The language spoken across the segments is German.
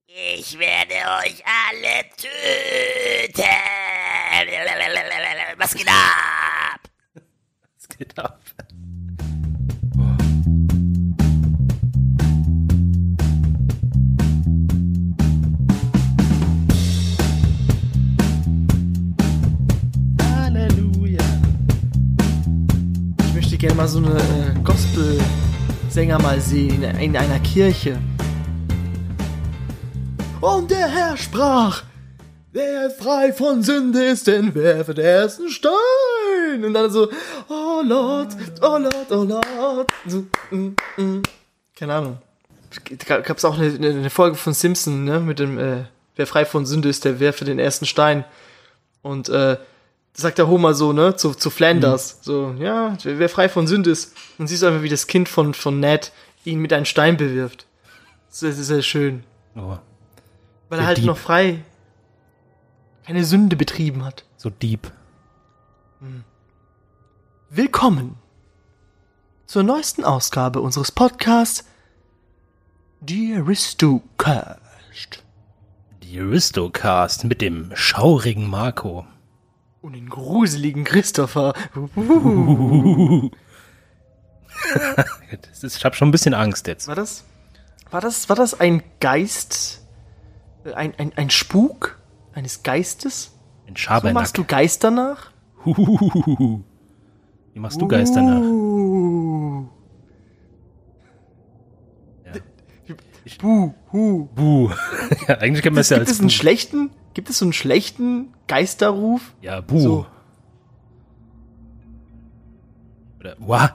Ich werde euch alle töten. Was geht ab? Was geht ab? Halleluja. Ich möchte gerne mal so eine Gospel-Sänger mal sehen in einer Kirche. Und der Herr sprach, wer frei von Sünde ist, den werfe den ersten Stein. Und dann so, oh Lord, oh Lord, oh Lord. So, Keine Ahnung. Gab's auch eine Folge von Simpson, ne, mit dem, wer frei von Sünde ist, der werfe den ersten Stein. Und, sagt der Homer so, ne, zu Flanders, so, ja, wer frei von Sünde ist. Und siehst du einfach, wie das Kind von Ned ihn mit einem Stein bewirft. Das ist sehr schön. Oh. Weil er halt noch frei keine Sünde betrieben hat. So deep. Willkommen zur neuesten Ausgabe unseres Podcasts Die Aristocast. Die Aristocast mit dem schaurigen Marco. Und den gruseligen Christopher. Ich hab schon ein bisschen Angst jetzt. War das ein Geist? Ein Spuk eines Geistes? Ein Schabernack. So machst du Geister nach? Wie machst du Geister nach? Ja. Buh. Ja, eigentlich kennt man es ja als Gibt es so einen schlechten Geisterruf? Ja, Buh. So. Oder Wah.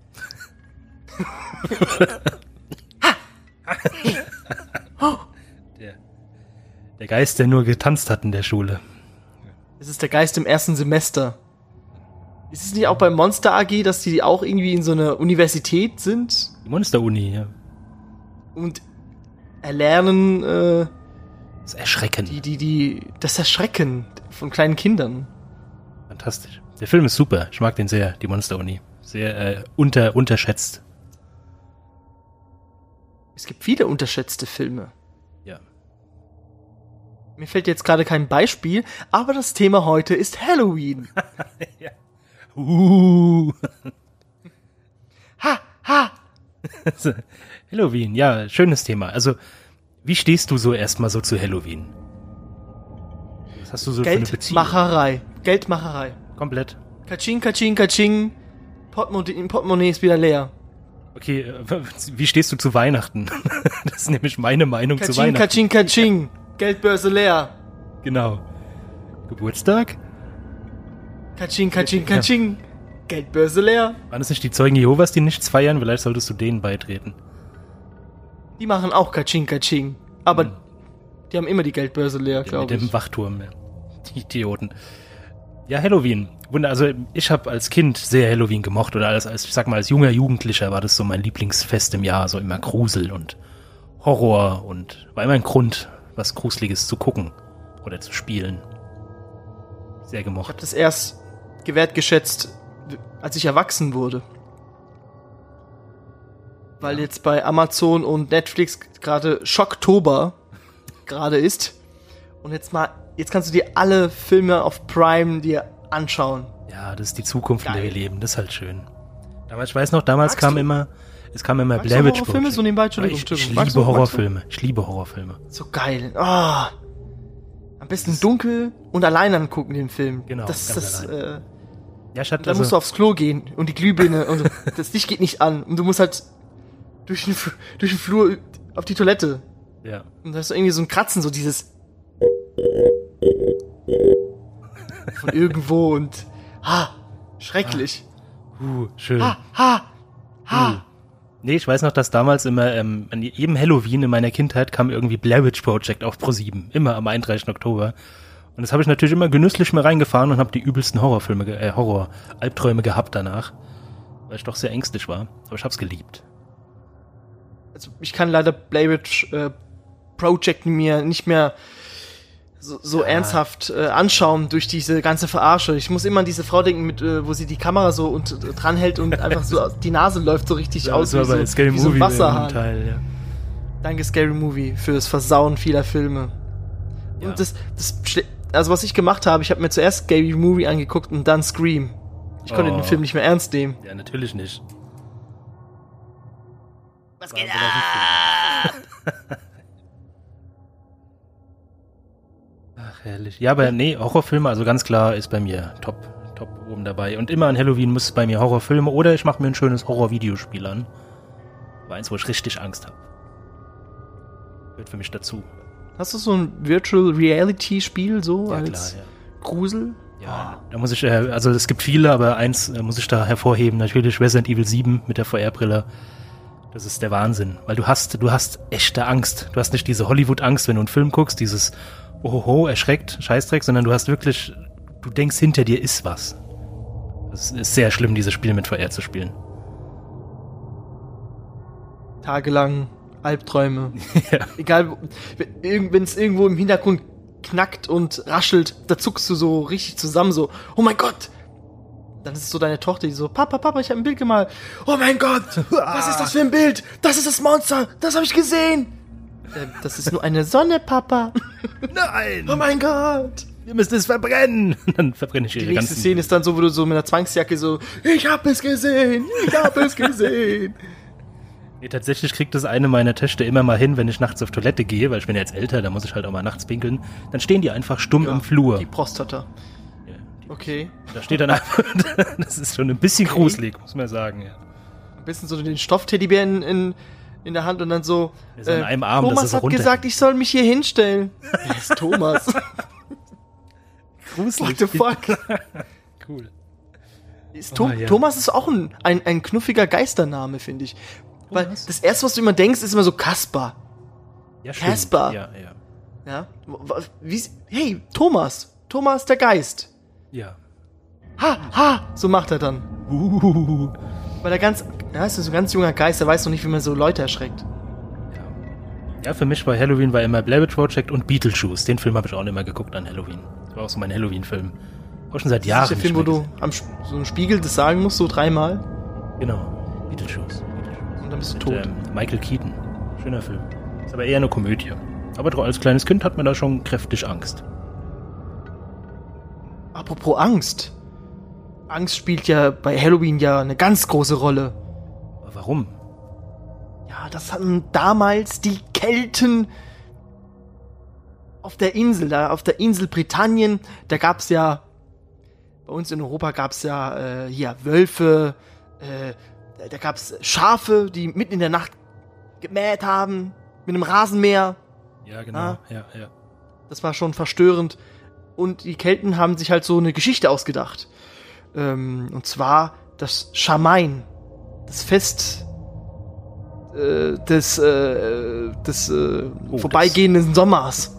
Der Geist, der nur getanzt hat in der Schule. Es ist der Geist im ersten Semester. Ist es nicht auch bei Monster AG, dass die auch irgendwie in so einer Universität sind? Die Monster-Uni, ja. Und erlernen, Das Erschrecken. das Erschrecken von kleinen Kindern. Fantastisch. Der Film ist super. Ich mag den sehr, die Monster-Uni. Sehr unterschätzt. Es gibt viele unterschätzte Filme. Ja. Mir fällt jetzt gerade kein Beispiel, aber das Thema heute ist Halloween. Ja. Ha! Halloween, ja, schönes Thema. Also, wie stehst du so erstmal so zu Halloween? Was hast du so für eine Beziehung? Geldmacherei. Komplett. Kaching, kaching, kaching. Portemonnaie ist wieder leer. Okay, wie stehst du zu Weihnachten? Das ist nämlich meine Meinung zu Weihnachten. Kaching, kaching. Geldbörse leer. Genau. Geburtstag? Kaching, kaching, kaching. Geldbörse leer. Waren es nicht die Zeugen Jehovas, die nichts feiern? Vielleicht solltest du denen beitreten. Die machen auch kaching, kaching. Aber die haben immer die Geldbörse leer, glaube ich. Mit dem Wachturm, ja. Die Idioten. Ja, Halloween. Also ich habe als Kind sehr Halloween gemocht. Oder als ich sag mal, als junger Jugendlicher war das so mein Lieblingsfest im Jahr. So immer Grusel und Horror. Und war immer ein Grund, was Gruseliges zu gucken oder zu spielen. Sehr Ich gemocht. habe das erst gewertgeschätzt, als ich erwachsen wurde. Weil jetzt bei Amazon und Netflix gerade Schocktober gerade ist. Und jetzt kannst du dir alle Filme auf Prime dir anschauen. Ja, das ist die Zukunft, in der wir Geil. leben. Das ist halt schön. Ich weiß noch, damals kam immer Magst Blair du Witch Horrorfilme Project. so nebenbei? Entschuldigung. Ich Magst liebe du? Horrorfilme. Ich liebe Horrorfilme. So geil. Ah. Am besten dunkel und allein angucken den Film. Genau, Das ganz Ja, ich hatte dann musst du aufs Klo gehen und die Glühbirne und das Licht geht nicht an und du musst halt durch den Flur auf die Toilette. ja. Und da ist so irgendwie so ein Kratzen, so dieses von irgendwo und schrecklich. Schön. Ha. Nee, ich weiß noch, dass damals immer an jedem Halloween in meiner Kindheit kam irgendwie Blair Witch Project auf Pro7. Immer am 31. Oktober. Und das habe ich natürlich immer genüsslich mir reingefahren und habe die übelsten Horror-Albträume gehabt danach. Weil ich doch sehr ängstlich war. Aber ich hab's geliebt. Also ich kann leider Blair Witch Project mir nicht mehr so ernsthaft anschauen durch diese ganze Verarsche. Ich muss immer an diese Frau denken, wo sie die Kamera so dran hält und einfach so die Nase läuft so richtig aus wie so ein Wasserhahn. Teil, ja. Danke Scary Movie fürs Versauen vieler Filme. Ja. Und also was ich gemacht habe, ich habe mir zuerst Scary Movie angeguckt und dann Scream. Ich konnte den Film nicht mehr ernst nehmen. Ja, natürlich nicht. Was geht ab? Ach, herrlich. Ja, aber nee, Horrorfilme, also ganz klar, ist bei mir top oben dabei. Und immer an Halloween muss es bei mir Horrorfilme oder ich mache mir ein schönes Horror-Videospiel an. Aber eins, wo ich richtig Angst habe. Gehört für mich dazu. Hast du so ein Virtual Reality Spiel so Ja, als klar, Grusel? ja. Da muss ich, also es gibt viele, aber eins muss ich da hervorheben. Natürlich Resident Evil 7 mit der VR-Brille. Das ist der Wahnsinn. Weil du hast echte Angst. Du hast nicht diese Hollywood-Angst, wenn du einen Film guckst, dieses Ohoho, erschreckt, Scheißdreck, sondern du hast wirklich, du denkst, hinter dir ist was. Das ist sehr schlimm, dieses Spiel mit VR zu spielen. Tagelang Albträume. Ja. Egal, wenn es irgendwo im Hintergrund knackt und raschelt, da zuckst du so richtig zusammen, so, oh mein Gott! Dann ist es so deine Tochter, die so, Papa, ich habe ein Bild gemalt. Oh mein Gott, was ist das für ein Bild? Das ist das Monster, das habe ich gesehen. Das ist nur eine Sonne, Papa. Nein! Oh mein Gott. Wir müssen es verbrennen! Dann verbrenne ich Die ihre nächste ganzen... Szene ist dann so, wo du so mit einer Zwangsjacke so, ich hab es gesehen. Nee, tatsächlich kriegt das eine meiner Töchter immer mal hin, wenn ich nachts auf Toilette gehe, weil ich bin jetzt älter, da muss ich halt auch mal nachts pinkeln. Dann stehen die einfach stumm im Flur. Die Prostata. Ja, Okay. da steht dann einfach, das ist schon ein bisschen gruselig, muss man sagen. Ja. Ein bisschen so den Stoffteddybär in der Hand und dann so, Ja, so in einem Arm, dass Thomas er so hat runter- gesagt, ich soll mich hier hinstellen. Wer ist Thomas? Gruselig. What the fuck? Cool. Ist Ja. Thomas ist auch ein knuffiger Geistername, finde ich. Weil Thomas? das erste, was du immer denkst, ist immer so Kaspar. Ja, stimmt. Casper. Ja. Ja? Hey, Thomas. Thomas der Geist. Ja. Ha, so macht er dann. Weil er ist so ein ganz junger Geist, der weiß noch nicht, wie man so Leute erschreckt. Ja, für mich bei Halloween war immer Blair Witch Project und Beetlejuice. Den Film habe ich auch immer geguckt an Halloween. Das war auch so mein Halloween-Film. Auch schon seit Jahren. Das ist der Film, wo du so einem Spiegel das sagen musst, so 3-mal. Genau, Beetlejuice. Und dann bist du Mit, tot. Michael Keaton. Schöner Film. Ist aber eher eine Komödie. Aber doch als kleines Kind hat man da schon kräftig Angst. Apropos Angst. Angst spielt ja bei Halloween ja eine ganz große Rolle. Aber warum? Ja, das hatten damals die Kelten auf der Insel Britannien. Da gab's ja, bei uns in Europa gab's ja hier Wölfe, da gab's Schafe, die mitten in der Nacht gemäht haben, mit einem Rasenmäher. Ja, genau. Ah. Ja. Das war schon verstörend. Und die Kelten haben sich halt so eine Geschichte ausgedacht. Und zwar das Schamein. Das Fest des vorbeigehenden Sommers.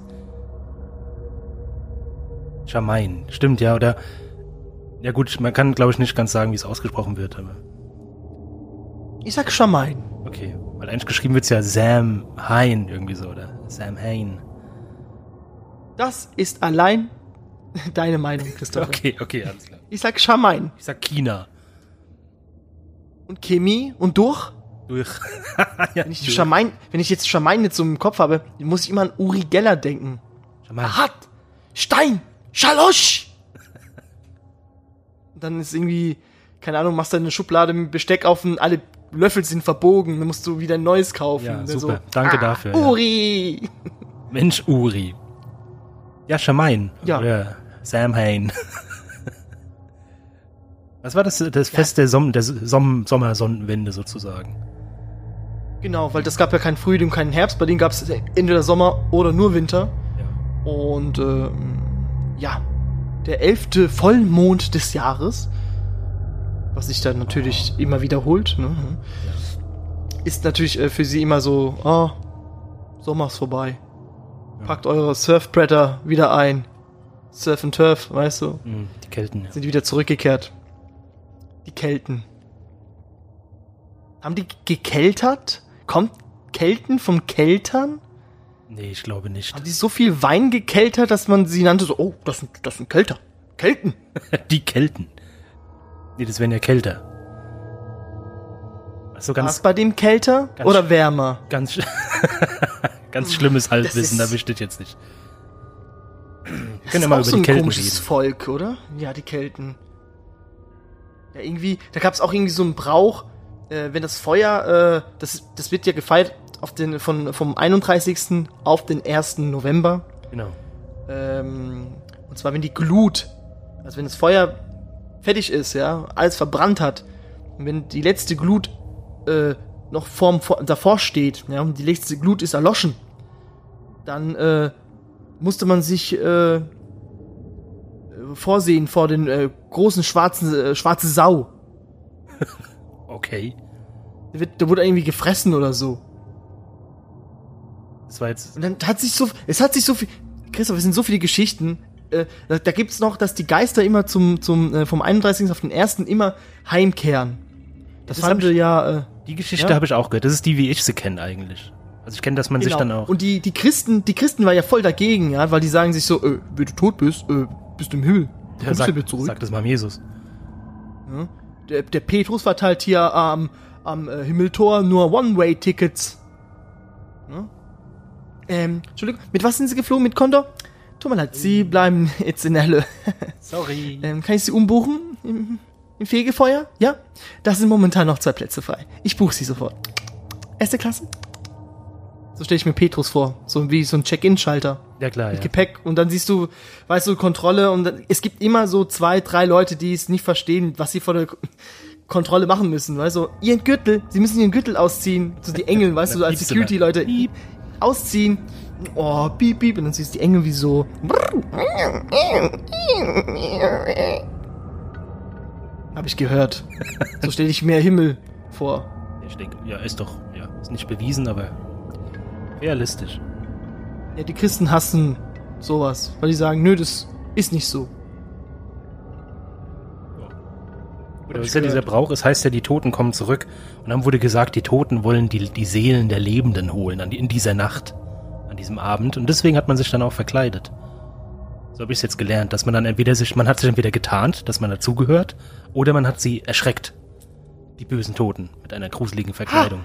Schamein. Stimmt, ja, oder... Ja gut, man kann, glaube ich, nicht ganz sagen, wie es ausgesprochen wird, aber... Ich sag Schamein. Okay, weil eigentlich geschrieben wird's ja Sam Hain irgendwie so, oder? Sam Hain. Das ist allein deine Meinung, Christoph. Okay, alles klar. Ich sag Schamein. Ich sag China. Und Chemie und durch. Durch. Ja, Wenn ich jetzt Schamein nicht so im Kopf habe, muss ich immer an Uri Geller denken. Schamein. Ahat, Stein, Schalosch. Und dann ist irgendwie, keine Ahnung, machst du eine Schublade mit Besteck auf und alle Löffel sind verbogen. Dann musst du wieder ein neues kaufen. Ja, Und super. so, Danke dafür. Ja. Uri. Mensch, Uri. Ja, Schamein. Ja. Oder Sam Hain. Was war das Fest der Sommersonnenwende sozusagen? Genau, weil das gab ja keinen Frühling, keinen Herbst. Bei denen gab es entweder Sommer oder nur Winter. Ja. Und ja, der 11. Vollmond des Jahres, was sich dann natürlich immer wiederholt, ne, ist natürlich für sie immer so, Sommer ist vorbei. Packt eure Surfbretter wieder ein. Surf and Turf, weißt du, Die Kelten. Ja. sind wieder zurückgekehrt. Die Kelten. Haben die gekeltert? Kommt Kelten vom Keltern? Nee, ich glaube nicht. Haben die so viel Wein gekeltert, dass man sie nannte so, oh, das sind Kelter. Kelten. Die Kelten. Nee, das wären ja Kälter. Also War es ganz, bei dem kälter ganz oder wärmer? ganz, Ganz schlimmes Halbwissen, da besteht jetzt nicht. Wir können ja mal über so die ein Kelten komisches reden. Volk, oder? Ja, die Kelten. Ja, irgendwie, da gab es auch irgendwie so einen Brauch, wenn das Feuer, das wird ja gefeiert vom 31. auf den 1. November. Genau. Und zwar, wenn die Glut, also wenn das Feuer fertig ist, ja, alles verbrannt hat, und wenn die letzte Glut noch davor steht, ja, und die letzte Glut ist erloschen, dann musste man sich vorsehen vor den großen schwarze Sau. Okay. Der wurde irgendwie gefressen oder so. Das war jetzt... Und dann es hat sich so viel, Christoph, es sind so viele Geschichten. Da gibt's noch, dass die Geister immer vom 31. auf den 1. immer heimkehren. Das fand Die Geschichte ja. habe ich auch gehört. Das ist die, wie ich sie kenne eigentlich. Also ich kenne, dass man sich dann auch... Und die Christen war ja voll dagegen, ja, weil die sagen sich so, wenn du tot bist, bist du im Himmel. Du kommst nicht mehr zurück. Sag das mal Jesus. Ja. Der Petrus verteilt hier am Himmeltor nur One-Way-Tickets. Ja? Entschuldigung, mit was sind Sie geflogen? Mit Condor? Tut mir leid, Sie bleiben jetzt in der Hölle. Sorry. Kann ich Sie umbuchen? Im Fegefeuer? Ja? Da sind momentan noch 2 Plätze frei. Ich buche Sie sofort. 1. Klasse? So stelle ich mir Petrus vor. So wie so ein Check-in-Schalter. Ja klar, Mit ja. Gepäck. Und dann siehst du, weißt du, Kontrolle. Und dann, es gibt immer so 2, 3 Leute, die es nicht verstehen, was sie vor der Kontrolle machen müssen. Weißt du, Ihren Gürtel. Sie müssen Ihren Gürtel ausziehen. So die Engel, weißt du, so als Security-Leute. Ausziehen. Oh, piep, piep. Und dann siehst du die Engel wie so... Hab ich gehört. So stelle ich mir Himmel vor. Ich denke, ja, ist nicht bewiesen, aber realistisch. Ja, die Christen hassen sowas, weil die sagen, nö, das ist nicht so. Oder was ist ja dieser Brauch? Es heißt ja, die Toten kommen zurück. Und dann wurde gesagt, die Toten wollen die Seelen der Lebenden holen in dieser Nacht, an diesem Abend. Und deswegen hat man sich dann auch verkleidet. So habe ich es jetzt gelernt, dass man dann man hat sich entweder getarnt, dass man dazugehört, oder man hat sie erschreckt. Die bösen Toten mit einer gruseligen Verkleidung.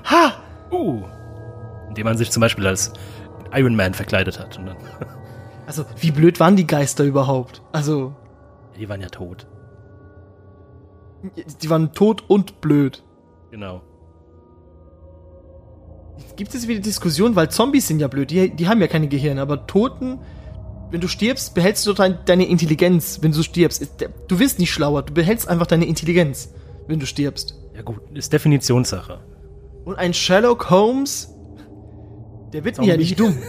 Indem man sich zum Beispiel als Iron Man verkleidet hat. Und dann Also, wie blöd waren die Geister überhaupt? Also, die waren ja tot. die waren tot und blöd. Genau. Gibt es wieder Diskussionen, weil Zombies sind ja blöd, die haben ja keine Gehirne, aber Toten, wenn du stirbst, behältst du deine Intelligenz, wenn du stirbst. Du wirst nicht schlauer, du behältst einfach deine Intelligenz, wenn du stirbst. Ja gut, ist Definitionssache. Und ein Sherlock Holmes, der wird ja nicht dumm.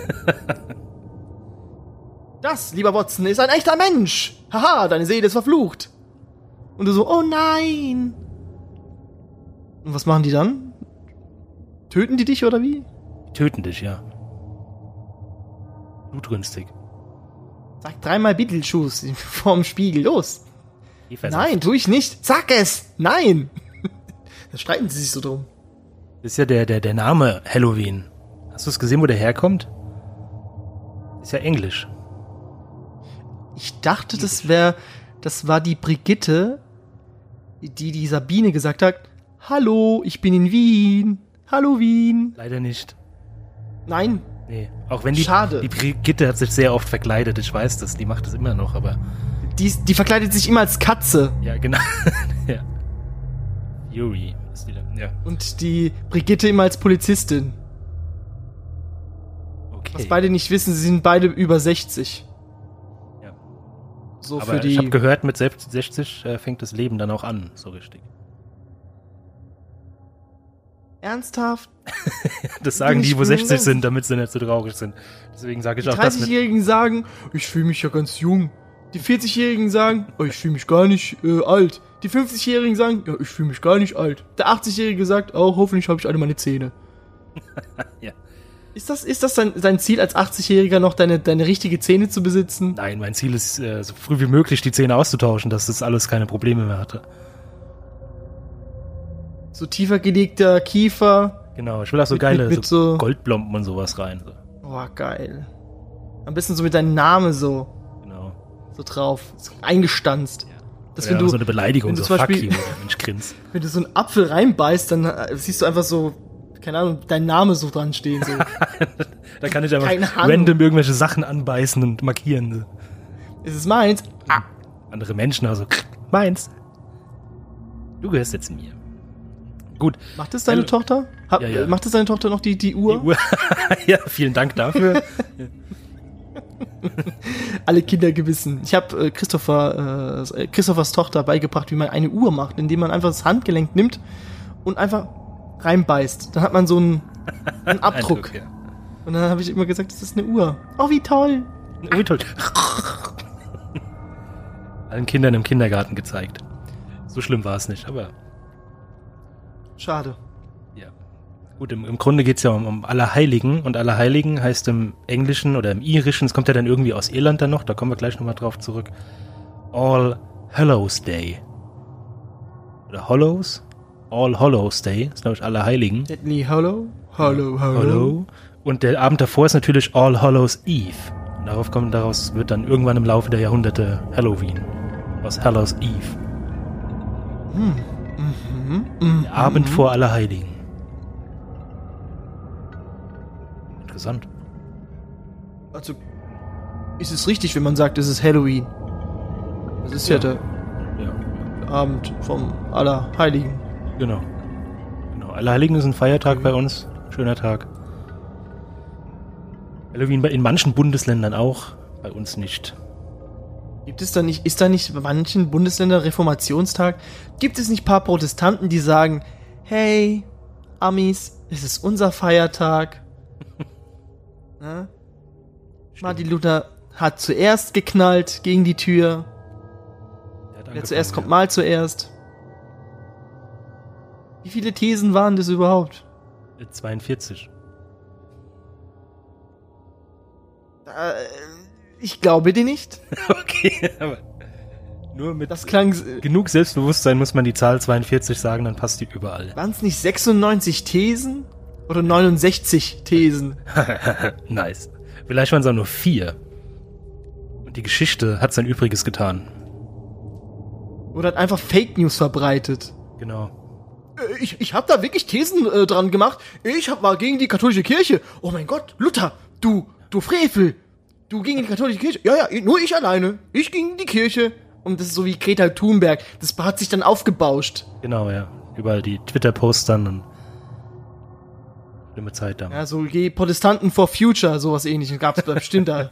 Das, lieber Watson, ist ein echter Mensch. Haha, deine Seele ist verflucht. Und du so, oh nein. Und was machen die dann? Töten die dich oder wie? Die töten dich, ja. Blutrünstig. Sag 3-mal Beetlejuice vorm Spiegel, los. Nein, tu ich nicht. Sag es. Nein. Da streiten sie sich so drum. Das ist ja der Name Halloween. Hast du es gesehen, wo der herkommt? Ist ja Englisch. Ich dachte, das war die Brigitte, die Sabine gesagt hat, hallo, ich bin in Wien. Hallo Wien. Leider nicht. Nein. Nee, auch wenn Schade. Die Brigitte hat sich sehr oft verkleidet, ich weiß das, die macht das immer noch, aber... Die verkleidet sich immer als Katze. Ja, genau. Ja. Fury ist die dann, ja. Und die Brigitte immer als Polizistin. Okay. Was beide nicht wissen, sie sind beide über 60. Ja. So Aber für die... ich habe gehört, mit 60 fängt das Leben dann auch an, so richtig. Ernsthaft? Das sagen die, wo Ich 60 bin- sind, damit sie nicht so traurig sind. Deswegen sage ich Die auch das mit... 30-Jährigen sagen, ich fühle mich ja ganz jung. Die 40-Jährigen sagen, oh, ich fühle mich gar nicht alt. Die 50-Jährigen sagen, ja, ich fühle mich gar nicht alt. Der 80-Jährige sagt, oh, hoffentlich habe ich alle meine Zähne. Ja. Ist das dein Ziel als 80-Jähriger noch deine richtige Zähne zu besitzen? Nein, mein Ziel ist, so früh wie möglich die Zähne auszutauschen, dass das alles keine Probleme mehr hatte. So tiefer gelegter Kiefer. Genau, ich will auch so Mit- geile mit so so- Goldblomben und sowas rein. So. Oh, geil. Am besten so mit deinem Namen so Genau. drauf. So eingestanzt. Dass Oder wenn du, so eine Beleidigung, wenn du so zum fuck Beispiel- you, oder wenn ich grins. wenn du so einen Apfel reinbeißt, dann siehst du einfach so keine Ahnung, dein Name so dran stehen. So. Da kann ich einfach Keine Ahnung. random irgendwelche Sachen anbeißen und markieren. So. Ist es meins? Ah. Andere Menschen also, meins. Du gehörst jetzt mir. Gut. Macht es deine Tochter? Ja. Macht es deine Tochter noch die Uhr? Die Uhr. Ja, vielen Dank dafür. Alle Kinder gewissen. Ich habe Christophers Tochter beigebracht, wie man eine Uhr macht, indem man einfach das Handgelenk nimmt und einfach reinbeißt. Dann hat man so einen Abdruck. Ja. Und dann habe ich immer gesagt, das ist eine Uhr. Oh, wie toll. Oh, wie toll. Allen Kindern im Kindergarten gezeigt. So schlimm war es nicht, aber schade. ja. Gut, im Grunde geht's ja um Allerheiligen und Allerheiligen heißt im Englischen oder im Irischen, es kommt ja dann irgendwie aus Irland dann noch, da kommen wir gleich nochmal drauf zurück, All Hallows Day. Oder Hollows? All Hallows Day, ist glaube ich Allerheiligen. Deadly Hollow? Hollow. Und der Abend davor ist natürlich All Hallows Eve. Und daraus wird dann irgendwann im Laufe der Jahrhunderte Halloween. Aus Hallows Eve. Der Abend vor Allerheiligen. Interessant. Also, ist es richtig, wenn man sagt, es ist Halloween? Das ist ja der Abend vom Allerheiligen. Genau. Allerheiligen ist ein Feiertag bei uns. Schöner Tag. Halloween in manchen Bundesländern auch, bei uns nicht. Ist da nicht bei manchen Bundesländern Reformationstag? Gibt es nicht ein paar Protestanten, die sagen, hey, Amis, es ist unser Feiertag? Na? Martin Luther hat zuerst geknallt gegen die Tür. Wer zuerst kommt, mal zuerst. Wie viele Thesen waren das überhaupt? 42. Ich glaube dir nicht. Okay, aber nur mit das klang genug Selbstbewusstsein muss man die Zahl 42 sagen, dann passt die überall. Waren es nicht 96 Thesen? Oder 69 Thesen? Nice. Vielleicht waren es auch nur 4. Und die Geschichte hat sein Übriges getan. Oder hat einfach Fake News verbreitet. Genau. Ich habe da wirklich Thesen dran gemacht. Ich war gegen die katholische Kirche. Oh mein Gott, Luther, du Frevel. Du gegen die katholische Kirche? Ja, nur ich alleine. Ich gegen die Kirche. Und das ist so wie Greta Thunberg. Das hat sich dann aufgebauscht. Genau, ja. Überall die Twitter-Posts dann und schlimme Zeit damals. Ja, so wie Protestanten for Future, sowas ähnliches gab's da bestimmt da.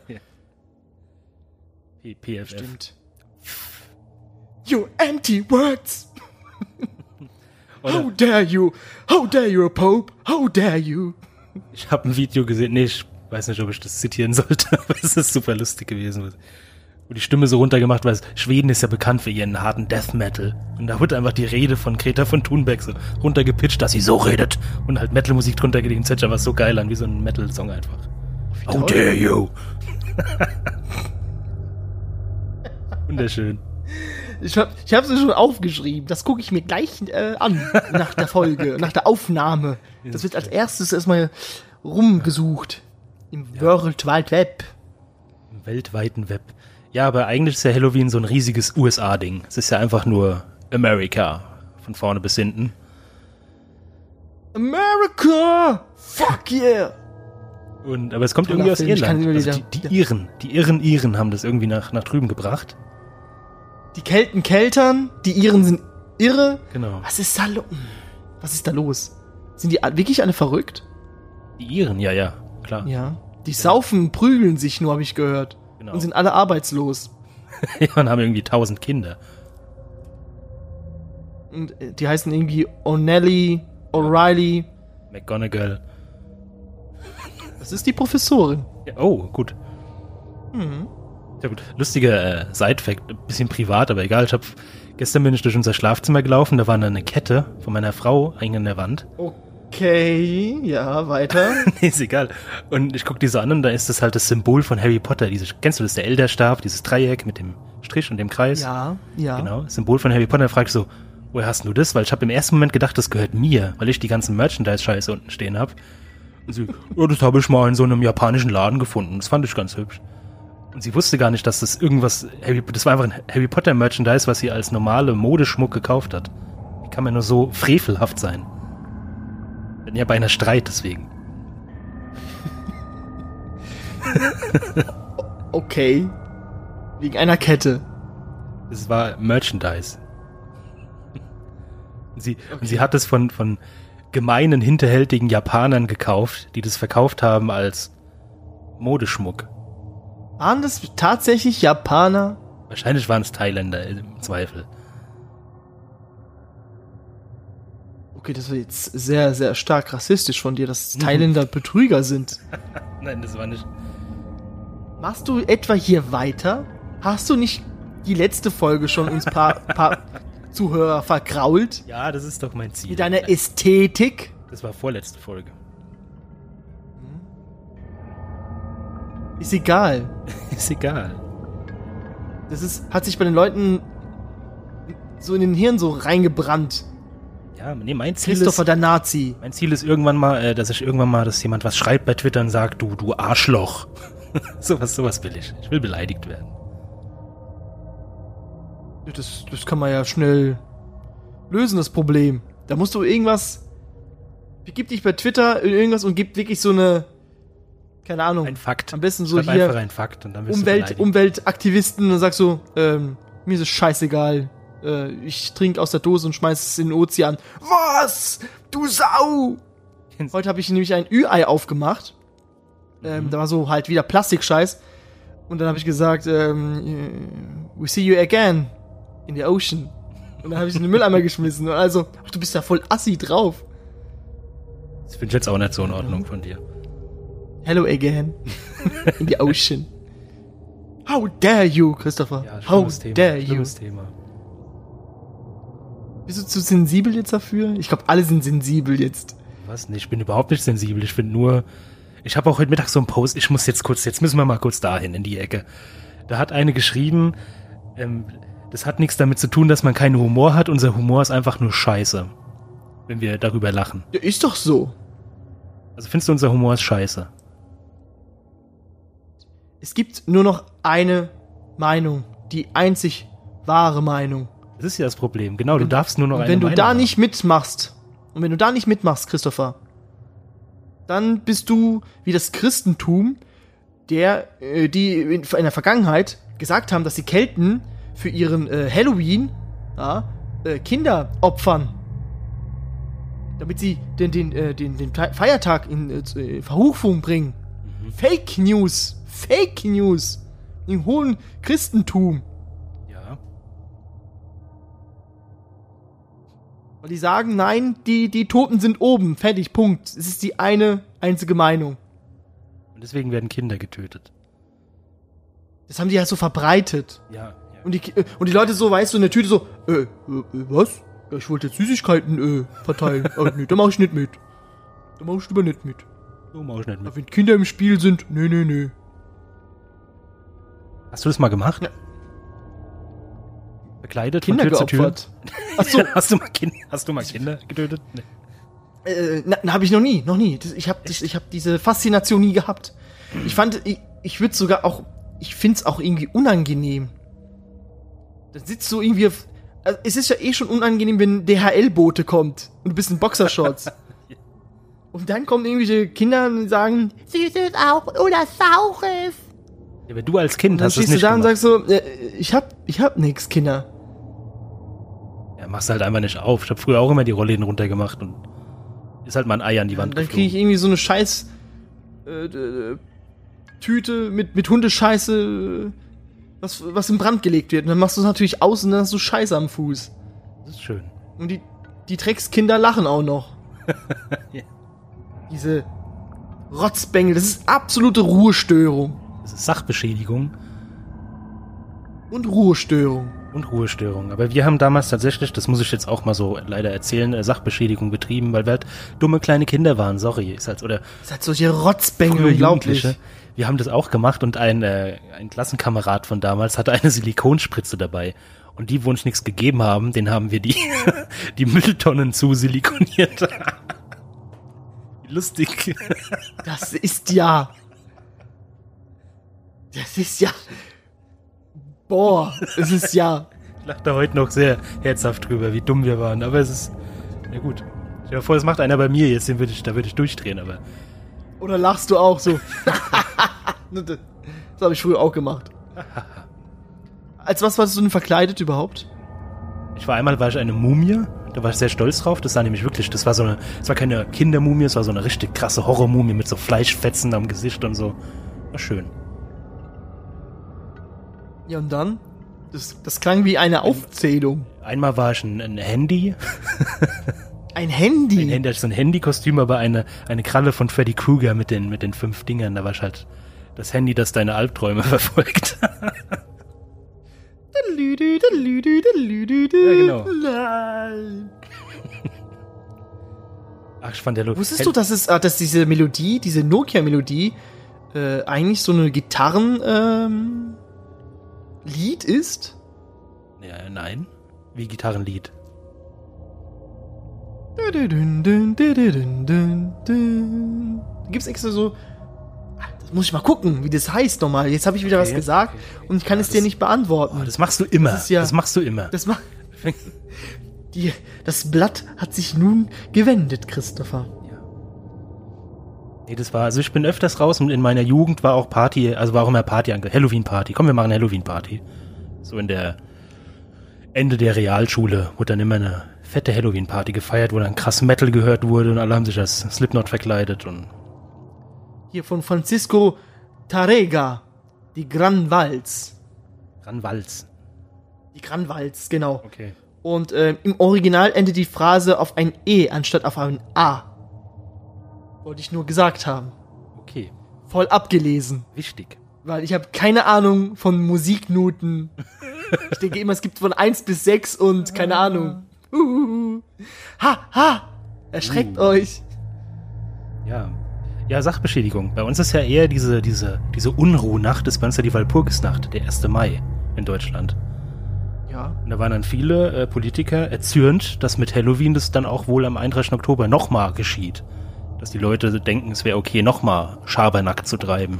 PFF. Stimmt. You anti-words. How dare you? How dare you, Pope? How dare you? Ich habe ein Video gesehen. Nee, ich weiß nicht, ob ich das zitieren sollte, aber es ist super lustig gewesen. Wo die Stimme so runtergemacht, weil Schweden ist ja bekannt für ihren harten Death Metal. Und da wird einfach die Rede von Greta von Thunberg so runtergepitcht, dass sie so redet. Und halt Metal-Musik drunter gelegt. Das hört sich aber so geil an, wie so ein Metal-Song einfach. How dare you? Wunderschön. Ich hab's mir schon aufgeschrieben. Das gucke ich mir gleich an, nach der Folge, nach der Aufnahme. Das wird als erstes erstmal rumgesucht. Im World Wide Web. Im weltweiten Web. Ja, aber eigentlich ist ja Halloween so ein riesiges USA-Ding. Es ist ja einfach nur America. Von vorne bis hinten. America! Fuck yeah! Aber es kommt irgendwie aus Irland. Also die Iren haben das irgendwie nach drüben gebracht. Die Kelten keltern, die Iren sind irre. Genau. Was ist da los? Sind die wirklich alle verrückt? Die Iren, ja, klar. Ja. Die saufen, prügeln sich nur, habe ich gehört. Genau. Und sind alle arbeitslos. Ja, und haben irgendwie 1000 Kinder. Und die heißen irgendwie O'Nelly, O'Reilly. McGonagall. Das ist die Professorin. Ja, oh, gut. Ja, gut. Lustiger Side-Fact, ein bisschen privat, aber egal. Gestern bin ich durch unser Schlafzimmer gelaufen, da war eine Kette von meiner Frau hängen an der Wand. Okay, ja, weiter. Nee, ist egal. Und ich guck die so an und da ist das halt das Symbol von Harry Potter. Kennst du das, der Elderstab, dieses Dreieck mit dem Strich und dem Kreis? Ja. Genau, Symbol von Harry Potter. Da frag ich so, woher hast du das? Weil ich habe im ersten Moment gedacht, das gehört mir, weil ich die ganzen Merchandise-Scheiße unten stehen habe. Und sie, das habe ich mal in so einem japanischen Laden gefunden. Das fand ich ganz hübsch. Und sie wusste gar nicht, dass das das war einfach ein Harry Potter Merchandise, was sie als normale Modeschmuck gekauft hat. Wie kann man nur so frevelhaft sein? Bin ja bei einer Streit deswegen. Okay. Wegen einer Kette. Es war Merchandise. Und sie hat es von gemeinen, hinterhältigen Japanern gekauft, die das verkauft haben als Modeschmuck. Waren das tatsächlich Japaner? Wahrscheinlich waren es Thailänder im Zweifel. Okay, das war jetzt sehr, sehr stark rassistisch von dir, dass Thailänder Betrüger sind. Nein, das war nicht. Machst du etwa hier weiter? Hast du nicht die letzte Folge schon uns paar Zuhörer vergrault? Ja, das ist doch mein Ziel. Mit deiner Ästhetik? Das war vorletzte Folge. Ist egal. Ist egal. Hat sich bei den Leuten so in den Hirn so reingebrannt. Ja, nee, mein Ziel Christopher, der Nazi. Mein Ziel ist irgendwann mal, dass jemand was schreibt bei Twitter und sagt, du Arschloch. sowas will ich. Ich will beleidigt werden. Das kann man ja schnell lösen, das Problem. Da musst du irgendwas, begib dich bei Twitter in irgendwas und gib wirklich so eine, keine Ahnung. Ein Fakt. Am besten so Schreib hier einfach einen Fakt und dann wirst du beleidigt. Umweltaktivisten und sagst so, mir ist es scheißegal. Ich trinke aus der Dose und schmeiß es in den Ozean. Was? Du Sau! Heute habe ich nämlich ein Ü-Ei aufgemacht. Da war so halt wieder Plastikscheiß. Und dann habe ich gesagt, we see you again in the ocean. Und dann habe ich in den Mülleimer geschmissen. Und also, du bist ja voll assi drauf. Das finde ich jetzt auch nicht so in Ordnung von dir. Hello again in the ocean. How dare you, Christopher? Ja, How dare you? Thema. Bist du zu sensibel jetzt dafür? Ich glaube, alle sind sensibel jetzt. Was? Nee, ich bin überhaupt nicht sensibel. Ich finde nur, ich habe auch heute Mittag so einen Post, jetzt müssen wir mal kurz dahin in die Ecke. Da hat eine geschrieben, das hat nichts damit zu tun, dass man keinen Humor hat. Unser Humor ist einfach nur scheiße, wenn wir darüber lachen. Ja, ist doch so. Also findest du, unser Humor ist scheiße? Es gibt nur noch eine Meinung. Die einzig wahre Meinung. Das ist ja das Problem. Genau, du darfst nur noch eine Meinung haben. Und wenn du da nicht mitmachst, Christopher, dann bist du wie das Christentum, die in der Vergangenheit gesagt haben, dass die Kelten für ihren Halloween Kinder opfern. Damit sie den Feiertag in Verrufung bringen. Fake News im hohen Christentum. Ja. Weil die sagen, nein, die Toten sind oben, fertig, Punkt. Es ist die einzige Meinung. Und deswegen werden Kinder getötet. Das haben die halt so verbreitet. Ja. Und die Leute so, weißt du, in der Tüte so, was? Ja, ich wollte jetzt Süßigkeiten verteilen. Aber nee, da mach ich nicht mit. Da mach ich lieber nicht mit. So mach ich nicht mit. Aber wenn Kinder im Spiel sind, nee. Hast du das mal gemacht? Ja. Bekleidet Kinder von Tür geopfert. zu Tür? Hast du mal Kinder getötet? Nee. Habe ich noch nie. Ich hab diese Faszination nie gehabt. Ich würde sogar auch, ich find's auch irgendwie unangenehm. Da sitzt so irgendwie also es ist ja eh schon unangenehm, wenn DHL-Bote kommt und du bist in Boxershorts. Und dann kommen irgendwelche Kinder und sagen, Süßes auch oder Saures. Ja, wenn du als Kind dann hast du es nicht da gemacht. und sagst so, ich hab nix, Kinder. Ja, machst halt einfach nicht auf. Ich habe früher auch immer die Rollläden runtergemacht und ist halt mal ein Ei an die Wand Dann kriege ich irgendwie so eine Scheiß Tüte mit Hundescheiße, was in Brand gelegt wird. Und dann machst du es natürlich aus und dann hast du Scheiße am Fuß. Das ist schön. Und die Dreckskinder lachen auch noch. Ja. Diese Rotzbengel, das ist absolute Ruhestörung. Das ist Sachbeschädigung. Und Ruhestörung. Aber wir haben damals tatsächlich, das muss ich jetzt auch mal so leider erzählen, Sachbeschädigung betrieben, weil wir halt dumme kleine Kinder waren, sorry. Ist halt solche Rotzbengel, früher unglaublich. Jugendliche. Wir haben das auch gemacht und ein Klassenkamerad von damals hatte eine Silikonspritze dabei. Und die, wo uns nichts gegeben haben, den haben wir die Mülltonnen zu silikoniert. Lustig. Das ist ja... Boah, es ist ja... Ich lache da heute noch sehr herzhaft drüber, wie dumm wir waren. Aber es ist... Ja gut. Stell dir vor, das macht einer bei mir jetzt, da würde ich durchdrehen, aber. Oder lachst du auch so? Das habe ich früher auch gemacht. Als was warst du denn verkleidet überhaupt? War ich eine Mumie, da war ich sehr stolz drauf, das war nämlich wirklich, das war keine Kindermumie, es war so eine richtig krasse Horrormumie mit so Fleischfetzen am Gesicht und so. War schön. Ja, und dann? Das klang wie eine Aufzählung. Einmal war ich ein Handy. Ein Handy? Ein Handy, so ein Handykostüm, aber eine Kralle von Freddy Krueger mit den 5 Dingern, da war ich halt das Handy, das deine Albträume verfolgt. Ja, genau. Nein. Ach, ich fand der Wusstest du, dass diese Melodie, diese Nokia-Melodie, eigentlich so eine Lied ist? Ja, nein. Wie Gitarrenlied. Da gibt's extra so. Das muss ich mal gucken, wie das heißt nochmal. Jetzt habe ich wieder was gesagt und ich kann es dir nicht beantworten. Oh, das machst du immer. Das machst du immer. Das Blatt hat sich nun gewendet, Christopher. Ja. Nee, also ich bin öfters raus und in meiner Jugend war auch Party, also war auch immer Party, Halloween-Party. Komm, wir machen eine Halloween-Party. So in der Ende der Realschule wurde dann immer eine fette Halloween-Party gefeiert, wo dann krass Metal gehört wurde und alle haben sich als Slipknot verkleidet und hier von Francisco Tarrega, die Gran Vals. Die Gran Vals, genau. Okay. Und im Original endet die Phrase auf ein E anstatt auf ein A. Wollte ich nur gesagt haben. Okay. Voll abgelesen. Wichtig. Weil ich habe keine Ahnung von Musiknoten. Ich denke immer, es gibt von 1 bis 6 und keine Ahnung. Ha! Erschreckt euch. Ja, Sachbeschädigung. Bei uns ist ja eher diese Unruhnacht, ist bei uns ja die Walpurgisnacht, der 1. Mai in Deutschland. Ja. Und da waren dann viele Politiker erzürnt, dass mit Halloween das dann auch wohl am 31. Oktober nochmal geschieht. Dass die Leute denken, es wäre okay, nochmal Schabernack zu treiben.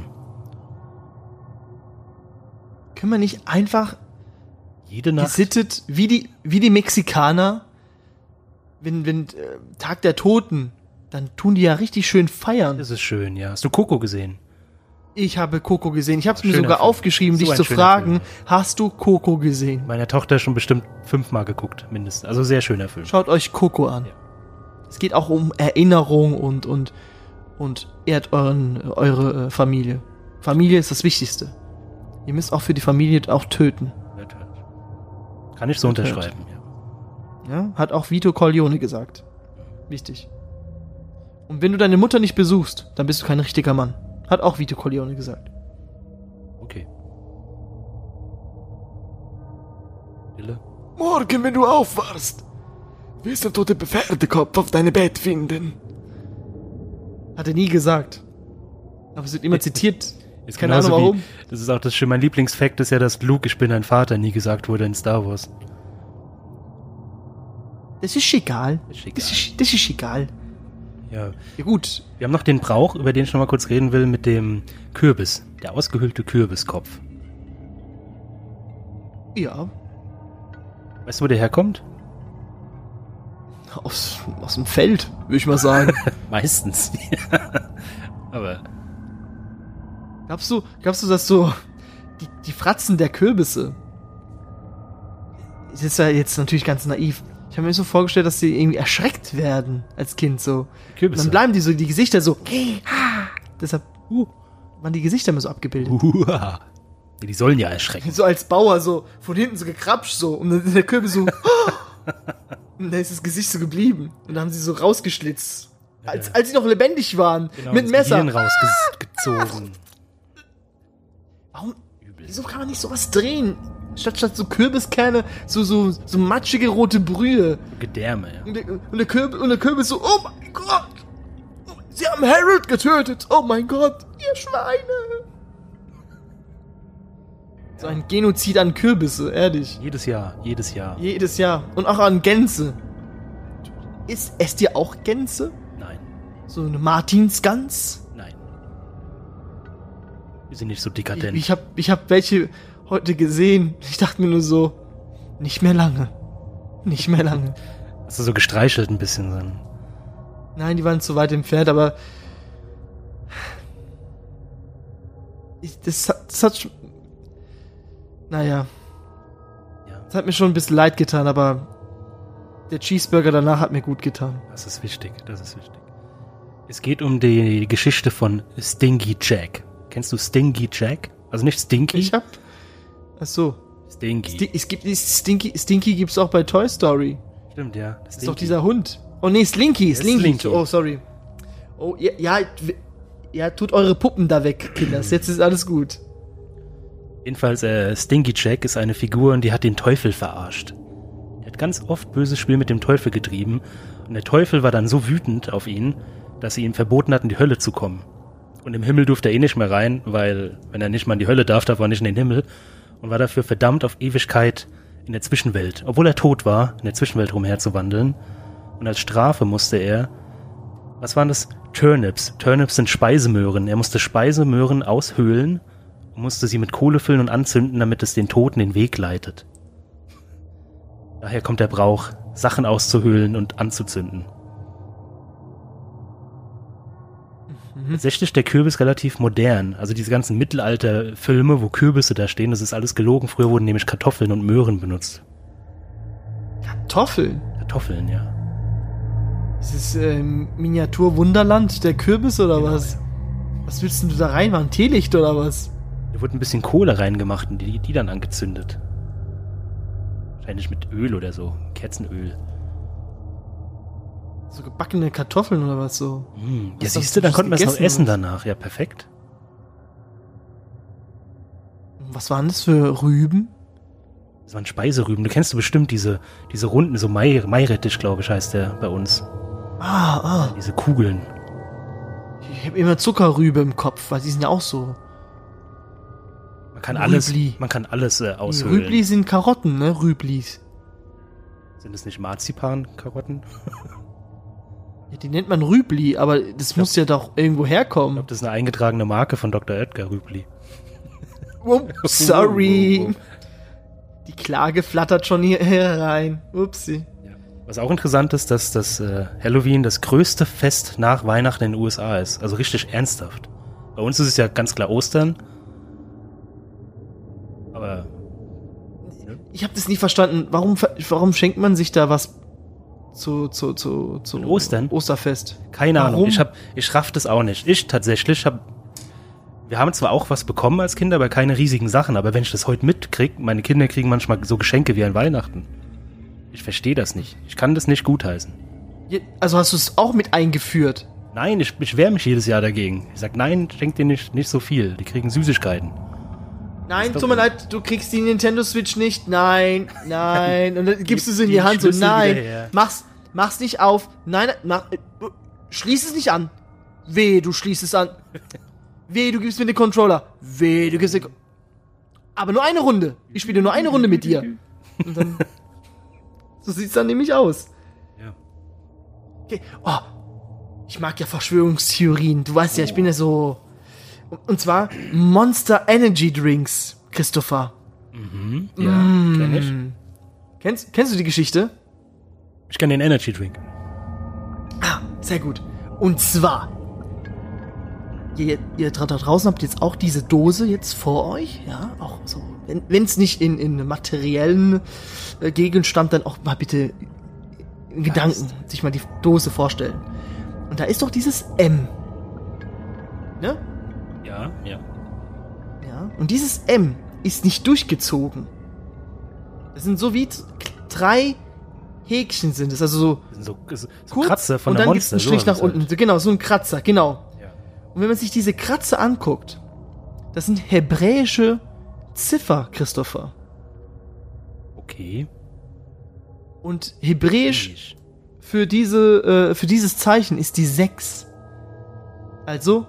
Können wir nicht einfach jede Nacht gesittet, wie die Mexikaner, wenn Tag der Toten, dann tun die ja richtig schön feiern. Das ist schön, ja. Hast du Coco gesehen? Ich habe Coco gesehen. Ich habe es mir sogar Film. aufgeschrieben, So dich ein zu schöner fragen, Film. hast du Coco gesehen? Meine Tochter schon bestimmt 5-mal geguckt, mindestens. Also sehr schöner Film. Schaut euch Coco an. Ja. Es geht auch um Erinnerung und ehrt eure Familie. Familie ist das Wichtigste. Ihr müsst auch für die Familie auch töten. Natürlich. Kann ich so unterschreiben, ja. Ja, hat auch Vito Corleone gesagt. Wichtig. Und wenn du deine Mutter nicht besuchst, dann bist du kein richtiger Mann. Hat auch Vito Corleone gesagt. Okay. Wille? Morgen, wenn du aufwachst, wirst du den Pferdekopf auf deinem Bett finden. Hat er nie gesagt. Aber es wird immer zitiert. Ist Keine Ahnung warum. Das ist auch das schön. Mein Lieblingsfakt ist ja, dass Luke, ich bin dein Vater, nie gesagt wurde in Star Wars. Das ist egal. Das ist Das ist egal. Ja. Ja gut. Wir haben noch den Brauch, über den ich noch mal kurz reden will, mit dem Kürbis. Der ausgehöhlte Kürbiskopf. Ja. Weißt du, wo der herkommt? Aus dem Feld, würde ich mal sagen. Meistens. Aber Glaubst du, dass so die Fratzen der Kürbisse, das ist ja jetzt natürlich ganz naiv. Ich habe mir so vorgestellt, dass die irgendwie erschreckt werden als Kind so. Kürbisse. Und dann bleiben die Gesichter so. Deshalb waren die Gesichter immer so abgebildet. Ja, die sollen ja erschrecken. So als Bauer so von hinten so gekrapscht so und dann ist der Kürbis so. Und dann ist das Gesicht so geblieben und dann haben sie so rausgeschlitzt, als sie noch lebendig waren, Genau, mit das Messer. Gehirn rausgezogen. Warum? Wieso kann man nicht sowas drehen? Statt so Kürbiskerne, so matschige rote Brühe. Gedärme, ja. Und der Kürbis so, oh mein Gott! Sie haben Harold getötet! Oh mein Gott, ihr Schweine! So ein Genozid an Kürbisse, ehrlich. Jedes Jahr. Jedes Jahr. Und auch an Gänse. Esst ihr auch Gänse? Nein. So eine Martinsgans? Nein. Wir sind nicht so dekadent. Ich hab welche heute gesehen. Ich dachte mir nur so, nicht mehr lange. Nicht mehr lange. Hast du so gestreichelt ein bisschen dann? Nein, die waren zu weit entfernt, aber das hat naja. Ja. Das hat mir schon ein bisschen leid getan, aber der Cheeseburger danach hat mir gut getan. Das ist wichtig. Es geht um die Geschichte von Stinky Jack. Kennst du Stinky Jack? Also nicht Stinky. Ach so. Stinky. Stinky gibt's auch bei Toy Story. Stimmt, ja. Das ist doch dieser Hund. Oh nee, Slinky. Slinky. Oh, sorry. Oh, ja, tut eure Puppen da weg, Kinders. Jetzt ist alles gut. Jedenfalls, Stinky Jack ist eine Figur und die hat den Teufel verarscht. Er hat ganz oft böses Spiel mit dem Teufel getrieben und der Teufel war dann so wütend auf ihn, dass sie ihm verboten hatten, in die Hölle zu kommen. Und im Himmel durfte er eh nicht mehr rein, weil wenn er nicht mal in die Hölle darf er nicht in den Himmel und war dafür verdammt auf Ewigkeit in der Zwischenwelt, obwohl er tot war, in der Zwischenwelt rumherzuwandeln. Und als Strafe musste er, was waren das? Turnips. Turnips sind Speisemöhren. Er musste Speisemöhren aushöhlen und musste sie mit Kohle füllen und anzünden, damit es den Toten den Weg leitet. Daher kommt der Brauch, Sachen auszuhöhlen und anzuzünden. Tatsächlich der Kürbis relativ modern. Also diese ganzen Mittelalter-Filme, wo Kürbisse da stehen, das ist alles gelogen. Früher wurden nämlich Kartoffeln und Möhren benutzt. Kartoffeln? Kartoffeln, ja. Ist es Miniatur-Wunderland der Kürbis oder Genau, was? ja. Was willst denn du da reinmachen? Teelicht oder was? Da wurde ein bisschen Kohle reingemacht und die dann angezündet. Wahrscheinlich mit Öl oder so. Kerzenöl. So gebackene Kartoffeln oder was so? Ja, Was siehst du, hast dann du konnten wir es noch gegessen, essen oder? danach. Ja, perfekt. Was waren das für Rüben? Das waren Speiserüben. Du kennst du bestimmt diese runden, so Mairettich, glaube ich, heißt der bei uns. Diese Kugeln. Ich habe immer Zuckerrübe im Kopf, weil die sind ja auch so. Man kann Rübli. alles Die aushöhlen. Rübli sind Karotten, ne? Rüblis. Sind es nicht Marzipan-Karotten? Ja, die nennt man Rübli, aber das muss ja doch irgendwo Ich herkommen. glaube, das ist eine eingetragene Marke von Dr. Oetker Rübli. Oh, sorry. Die Klage flattert schon hier herein. Upsi. Ja. Was auch interessant ist, dass das Halloween das größte Fest nach Weihnachten in den USA ist. Also richtig ernsthaft. Bei uns ist es ja ganz klar Ostern. Aber Ich habe das nie verstanden. Warum schenkt man sich da was zu Ostern? Osterfest? keine Warum? Ahnung. Ich raff das auch nicht. Wir haben zwar auch was bekommen als Kinder, aber keine riesigen Sachen. Aber wenn ich das heute mitkriege, meine Kinder kriegen manchmal so Geschenke wie an Weihnachten. Ich verstehe das nicht. Ich kann das nicht gutheißen. Also hast du es auch mit eingeführt? Nein, ich wehre mich jedes Jahr dagegen. Ich sag, nein, schenk dir nicht so viel. Die kriegen Süßigkeiten. Nein, doch tut mir leid, du kriegst die Nintendo Switch nicht. Nein. Und dann gibst du sie in die Hand so, Schlüssel nein, wieder her. mach's nicht auf. Nein, schließ es nicht an. Weh, du schließt es an. Weh, du gibst mir den Controller. Weh, du gibst den aber nur eine Runde. Ich spiele nur eine Runde mit dir. Und dann so sieht's dann nämlich aus. Ja. Okay. Oh, ich mag ja Verschwörungstheorien. Du weißt ja, ich bin ja so. Und zwar Monster Energy Drinks, Christopher. Ja, kenn ich. Kennst du die Geschichte? Ich kenn den Energy Drink. Ah, sehr gut. Und zwar, ihr da draußen habt jetzt auch diese Dose jetzt vor euch, ja, auch so, wenn es nicht in materiellen Gegenstand, dann auch mal bitte in Gedanken sich mal die Dose vorstellen. Und da ist doch dieses M. Ne? Ja. Ja. Und dieses M ist nicht durchgezogen. Das sind so wie 3 Häkchen sind es, also so So kurz Kratzer von und der dann gibt's Monster. einen Strich so nach ist es unten. Genau, so ein Kratzer, genau. Ja. Und wenn man sich diese Kratzer anguckt, das sind hebräische Ziffer, Christopher. Okay. Und hebräisch für dieses Zeichen ist die 6. Also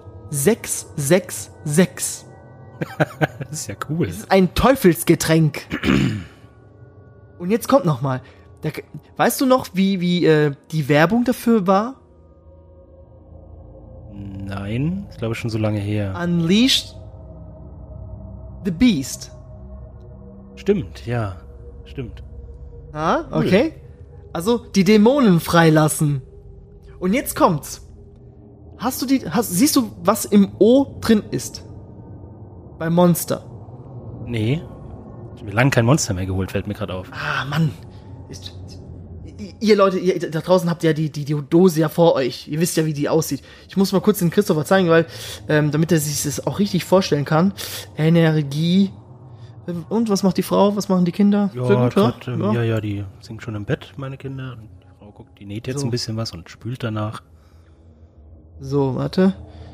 666. Das ist ja cool. Das ist ein Teufelsgetränk. Und jetzt kommt noch mal. Weißt du noch, wie die Werbung dafür war? Nein, ich glaube schon so lange her. Unleashed the Beast. Stimmt, ja. Stimmt. Ah, okay. Also die Dämonen freilassen. Und jetzt kommt's. Siehst du, was im O drin ist? Beim Monster. Nee. Ich habe mir lange kein Monster mehr geholt, fällt mir gerade auf. Ah, Mann. Ihr Leute, ihr da draußen habt ja die Dose ja vor euch. Ihr wisst ja, wie die aussieht. Ich muss mal kurz den Christopher zeigen, weil, damit er sich das auch richtig vorstellen kann. Energie. Und was macht die Frau? Was machen die Kinder? Ja, sehr gut, grad, ja? ja, die sind schon im Bett, meine Kinder. Und die Frau guckt, die näht jetzt So. ein bisschen was und spült danach. So, warte.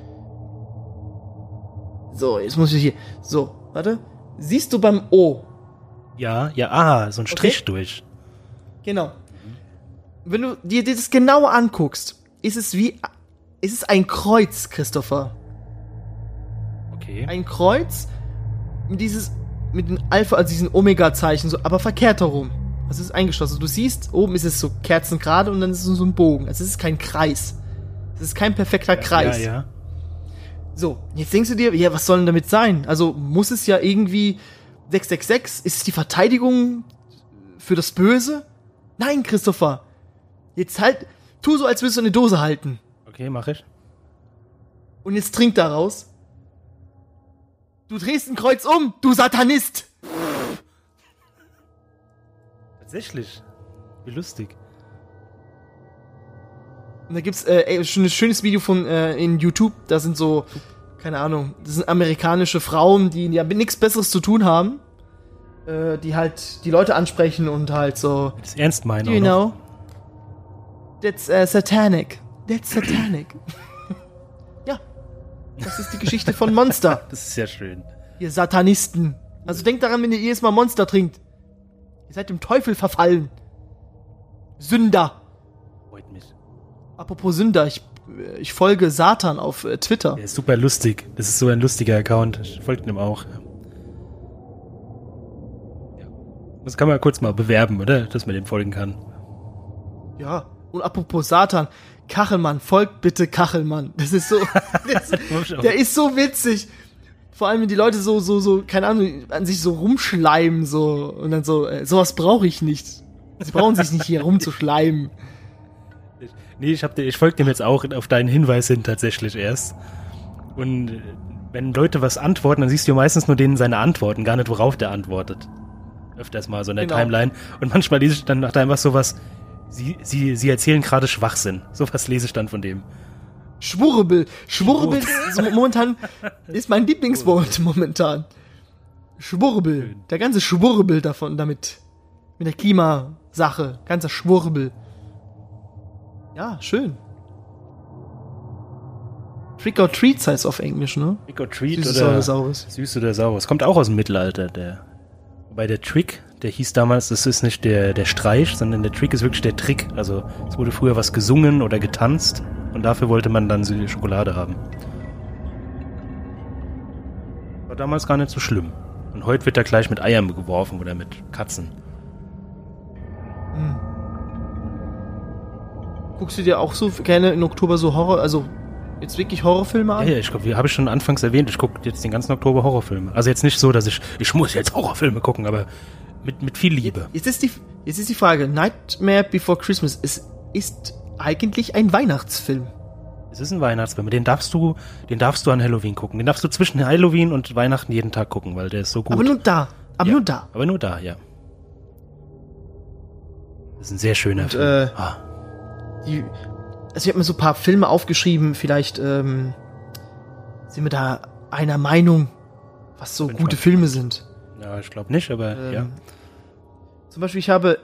So, jetzt muss ich hier. So, warte. Siehst du beim O? Ja, so ein Strich durch. Genau. Wenn du dir das genauer anguckst, ist es ein Kreuz, Christopher. Okay. Ein Kreuz mit den Alpha, also diesen Omega-Zeichen, so, aber verkehrt herum. Also es ist eingeschlossen. Du siehst, oben ist es so kerzengerade und dann ist es so ein Bogen. Also es ist kein Kreis. Es ist kein perfekter Kreis. Ja. So, jetzt denkst du dir, ja, was soll denn damit sein? Also muss es ja irgendwie 666? Ist es die Verteidigung für das Böse? Nein, Christopher. Jetzt tu so, als würdest du eine Dose halten. Okay, mach ich. Und jetzt trink daraus. Du drehst ein Kreuz um, du Satanist! Tatsächlich. Wie lustig. Und da gibt's schon ein schönes Video in YouTube, da sind so, keine Ahnung, das sind amerikanische Frauen, die ja mit nichts Besseres zu tun haben, die halt die Leute ansprechen und halt so, Das ernst meinen, you know, that's satanic. That's satanic. Ja, das ist die Geschichte von Monster. Das ist ja schön. Ihr Satanisten. Also denkt daran, wenn ihr jedes Mal Monster trinkt. Ihr seid dem Teufel verfallen. Sünder. Freut mich. Apropos Sünder, ich folge Satan auf Twitter. Der ist super lustig. Das ist so ein lustiger Account. Ich folge ihm auch. Ja. Das kann man kurz mal bewerben, oder? Dass man dem folgen kann. Ja, und apropos Satan, Kachelmann, folgt bitte Kachelmann. Das ist so, der ist so witzig. Vor allem, wenn die Leute so, keine Ahnung, an sich so rumschleimen, so, und dann so, sowas brauche ich nicht. Sie brauchen sich nicht hier rumzuschleimen. Nee, ich folge dem jetzt auch auf deinen Hinweis hin tatsächlich erst. Und wenn Leute was antworten, dann siehst du meistens nur denen seine Antworten, gar nicht, worauf der antwortet. Öfters mal so in der Genau. Timeline. Und manchmal lese ich dann nach einfach sowas, sie erzählen gerade Schwachsinn. Sowas lese ich dann von dem. Schwurbel ist momentan, ist mein Lieblingswort momentan. Schwurbel. Der ganze Schwurbel damit. Mit der Klimasache. Ganzer Schwurbel. Ja, schön. Trick or Treat heißt auf Englisch, ne? Trick or Treat Süßes oder oder Saures. Süß oder Saures. Kommt auch aus dem Mittelalter. Wobei der Trick, der hieß damals, das ist nicht der Streich, sondern der Trick ist wirklich der Trick. Also es wurde früher was gesungen oder getanzt und dafür wollte man dann die Schokolade haben. War damals gar nicht so schlimm. Und heute wird da gleich mit Eiern geworfen oder mit Katzen. Guckst du dir auch so gerne in Oktober so Horror, also jetzt wirklich Horrorfilme an? Ja, ich glaube, habe ich schon anfangs erwähnt, ich gucke jetzt den ganzen Oktober Horrorfilme. Also jetzt nicht so, dass ich muss jetzt Horrorfilme gucken, aber mit viel Liebe. Jetzt ist die Frage, Nightmare Before Christmas ist eigentlich ein Weihnachtsfilm. Es ist ein Weihnachtsfilm, den darfst du an Halloween gucken. Den darfst du zwischen Halloween und Weihnachten jeden Tag gucken, weil der ist so gut. Aber nur da. Aber nur da, ja. Das ist ein sehr schöner Film. Also ich habe mir so ein paar Filme aufgeschrieben, vielleicht sind wir da einer Meinung, was so gute Filme sind. Ja, ich glaube nicht, aber ja. Zum Beispiel, ich habe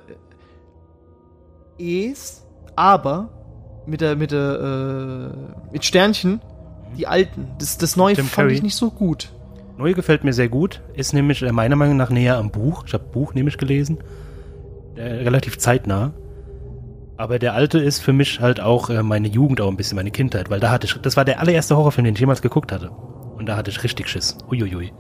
aber mit Sternchen, die alten. Das neue Jim fand Carrey. ich nicht so gut. Neue gefällt mir sehr gut, ist nämlich meiner Meinung nach näher am Buch. Ich habe Buch nämlich gelesen, relativ zeitnah. Aber der alte ist für mich halt auch meine Jugend, auch ein bisschen meine Kindheit, weil das war der allererste Horrorfilm, den ich jemals geguckt hatte. Und da hatte ich richtig Schiss. Uiuiui.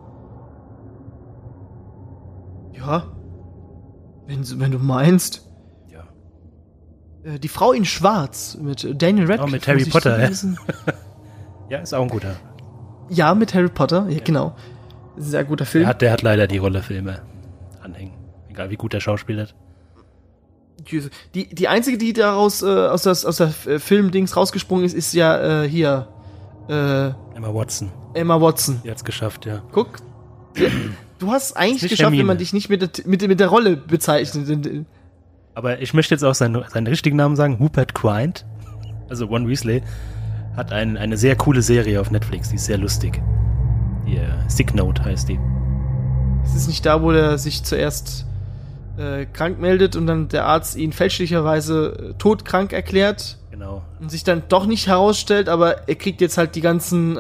Ja, wenn du meinst. Ja. Die Frau in Schwarz mit Daniel Radcliffe. Oh, mit Harry muss ich Potter, ja. lesen. Ja, ist auch ein guter. Ja, mit Harry Potter, ja, genau. Sehr guter Film. Der hat leider die Rolle Filme anhängen. Egal wie gut der schauspielert. Die einzige, die daraus aus der Film-Dings rausgesprungen ist ja hier Emma Watson. Emma Watson. Die hat's geschafft, ja. Guck, du hast es eigentlich nicht geschafft, Hermine. wenn man dich nicht mit der Rolle bezeichnet. Aber ich möchte jetzt auch seinen richtigen Namen sagen, Rupert Grint, also Ron Weasley, hat eine sehr coole Serie auf Netflix, die ist sehr lustig. Die Sick Note heißt die. Es ist nicht da, wo der sich zuerst krank meldet und dann der Arzt ihn fälschlicherweise todkrank erklärt. Genau. Und sich dann doch nicht herausstellt, aber er kriegt jetzt halt die ganzen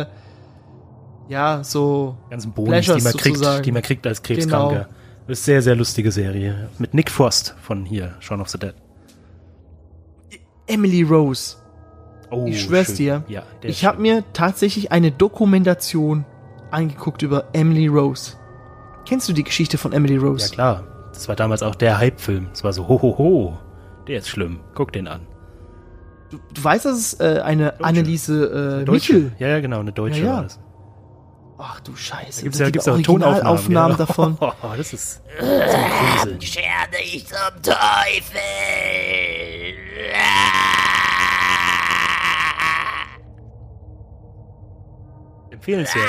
ganzen Bonis, Pleasures die man kriegt als Krebskranker. Genau. Das ist eine sehr, sehr lustige Serie. Mit Nick Frost von hier, Shaun of the Dead. Emily Rose. Oh, Ich schwör's schön. dir. Ja, Ich habe mir tatsächlich eine Dokumentation angeguckt über Emily Rose. Kennst du die Geschichte von Emily Ja, Rose? klar. Das war damals auch der Hype-Film. Es war so, ho. Der ist schlimm. Guck den an. Du weißt, dass es eine Deutsche. Michel. Deutsche. Ja, genau, eine Deutsche Ja, ja. war das. Ach du Scheiße. Da das gibt's ja Originalaufnahmen Tonaufnahmen davon. Das ist so ein Grusel. Scher dich zum Teufel! Empfehlenswert.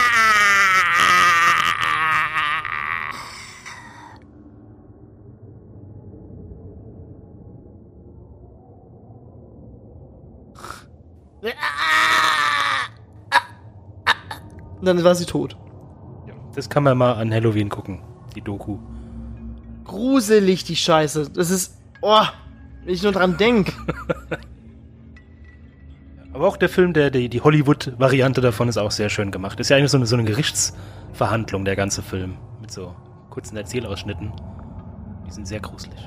Und dann war sie tot. Das kann man mal an Halloween gucken, die Doku. Gruselig, die Scheiße. Das ist, wenn ich nur dran denk. Aber auch der Film, die Hollywood-Variante davon ist auch sehr schön gemacht. Ist ja eigentlich so eine Gerichtsverhandlung, der ganze Film. Mit so kurzen Erzählausschnitten. Die sind sehr gruselig.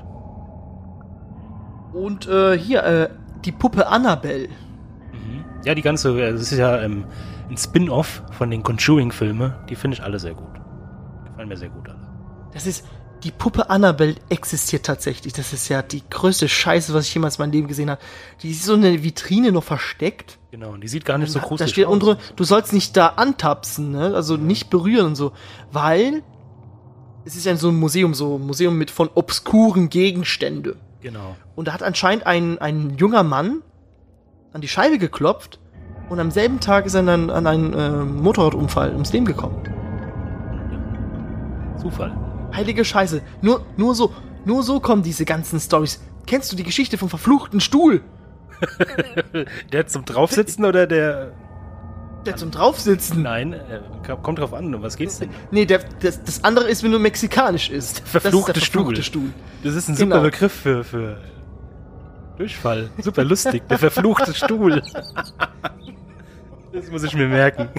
Und die Puppe Annabelle. Ja, die ganze, das ist ja ein Spin-Off von den Conjuring-Filmen. Die finde ich alle sehr gut. Gefallen mir sehr gut alle. Das ist, die Puppe Annabelle existiert tatsächlich. Das ist ja die größte Scheiße, was ich jemals in meinem Leben gesehen habe. Die ist so in der Vitrine noch versteckt. Genau, und die sieht gar nicht so Da gruselig steht aus. unter, du sollst nicht da antapsen, ne? Also nicht berühren und so. Weil es ist ja so ein Museum mit von obskuren Gegenstände. Genau. Und da hat anscheinend ein junger Mann an die Scheibe geklopft und am selben Tag ist er dann an einen Motorradunfall ums Leben gekommen. Zufall. Heilige Scheiße. Nur so kommen diese ganzen Storys. Kennst du die Geschichte vom verfluchten Stuhl? Der zum Draufsitzen oder der... Der zum Draufsitzen. Nein, kommt drauf an, um was geht's denn? Nee, das andere ist, wenn du mexikanisch isst. Verfluchte das ist der verfluchte Stuhl. Das ist ein super Genau. Begriff für Durchfall. Super lustig. Der verfluchte Stuhl. Das muss ich mir merken.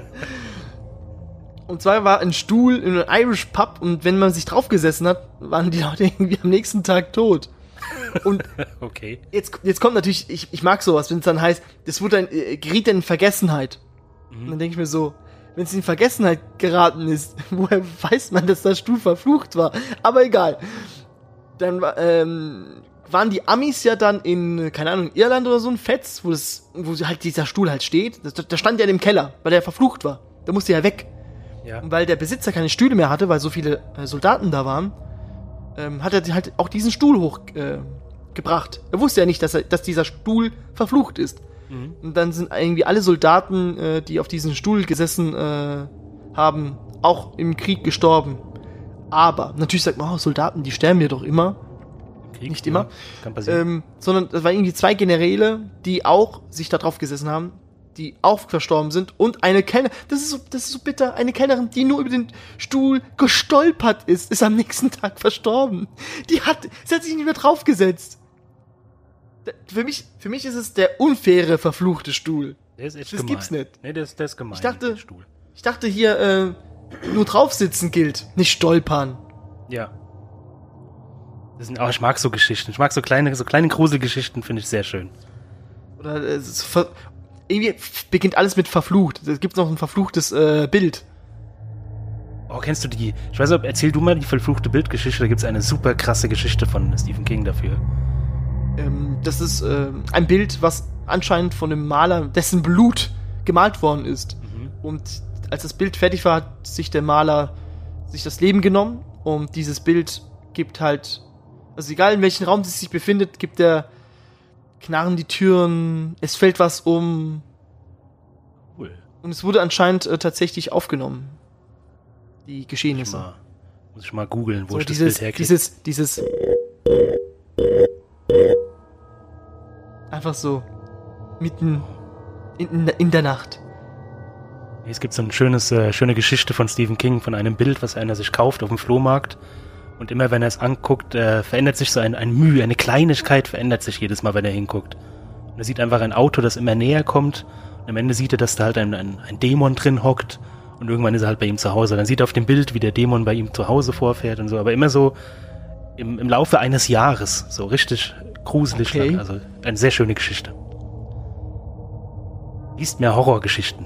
Und zwar war ein Stuhl in einem Irish Pub und wenn man sich draufgesessen hat, waren die Leute irgendwie am nächsten Tag tot. Und Okay. jetzt kommt natürlich, ich mag sowas, wenn es dann heißt, das wurde geriet dann in Vergessenheit. Und dann denke ich mir so, wenn es in Vergessenheit geraten ist, woher weiß man, dass der Stuhl verflucht war? Aber egal. Dann waren die Amis ja dann in, keine Ahnung, Irland oder so ein Fetz, wo halt dieser Stuhl halt steht. Da stand ja in dem Keller, weil der verflucht war. Da musste ja weg. Ja. Und weil der Besitzer keine Stühle mehr hatte, weil so viele Soldaten da waren, hat er halt auch diesen Stuhl hochgebracht. Er wusste ja nicht, dass dieser Stuhl verflucht ist. Und dann sind irgendwie alle Soldaten, die auf diesem Stuhl gesessen haben, auch im Krieg gestorben. Aber, natürlich sagt man, Soldaten, die sterben ja doch immer. Krieg, Nicht immer. Ja, kann passieren. Sondern das waren irgendwie 2 Generäle, die auch sich da drauf gesessen haben, die auch verstorben sind und eine Kellnerin, das ist so bitter, eine Kellnerin, die nur über den Stuhl gestolpert ist am nächsten Tag verstorben. Sie hat sich nicht mehr draufgesetzt. Für mich ist es der unfaire, verfluchte Stuhl. Der ist echt das gemein. gibt's nicht. Nee, der ist gemein. Ich dachte- der Stuhl. Ich dachte hier, nur draufsitzen gilt, nicht stolpern. Ja. Ich mag so Geschichten. Ich mag so kleine Gruselgeschichten, finde ich sehr schön. Oder irgendwie beginnt alles mit verflucht. Es gibt noch ein verfluchtes Bild. Oh, kennst du die? Ich weiß nicht, erzähl du mal die verfluchte Bildgeschichte. Da gibt's eine super krasse Geschichte von Stephen King dafür. Das ist ein Bild, was anscheinend von einem Maler, dessen Blut gemalt worden ist. Und als das Bild fertig war, hat sich der Maler sich das Leben genommen. Und dieses Bild gibt halt Also egal in welchem Raum sie sich befindet, knarren die Türen, es fällt was um. Cool. Und es wurde anscheinend tatsächlich aufgenommen. Die Geschehnisse. Muss ich mal googeln, wo So ich das Bild herkriege. dieses einfach so mitten in der Nacht. Es gibt so eine schöne Geschichte von Stephen King von einem Bild, was einer sich kauft auf dem Flohmarkt. Und immer wenn er es anguckt, verändert sich so ein Mühe, eine Kleinigkeit verändert sich jedes Mal, wenn er hinguckt. Und er sieht einfach ein Auto, das immer näher kommt. Und am Ende sieht er, dass da halt ein Dämon drin hockt. Und irgendwann ist er halt bei ihm zu Hause. Dann sieht er auf dem Bild, wie der Dämon bei ihm zu Hause vorfährt und so. Aber immer so im Laufe eines Jahres. So richtig gruselig. Okay. Also eine sehr schöne Geschichte. Liest mehr Horrorgeschichten.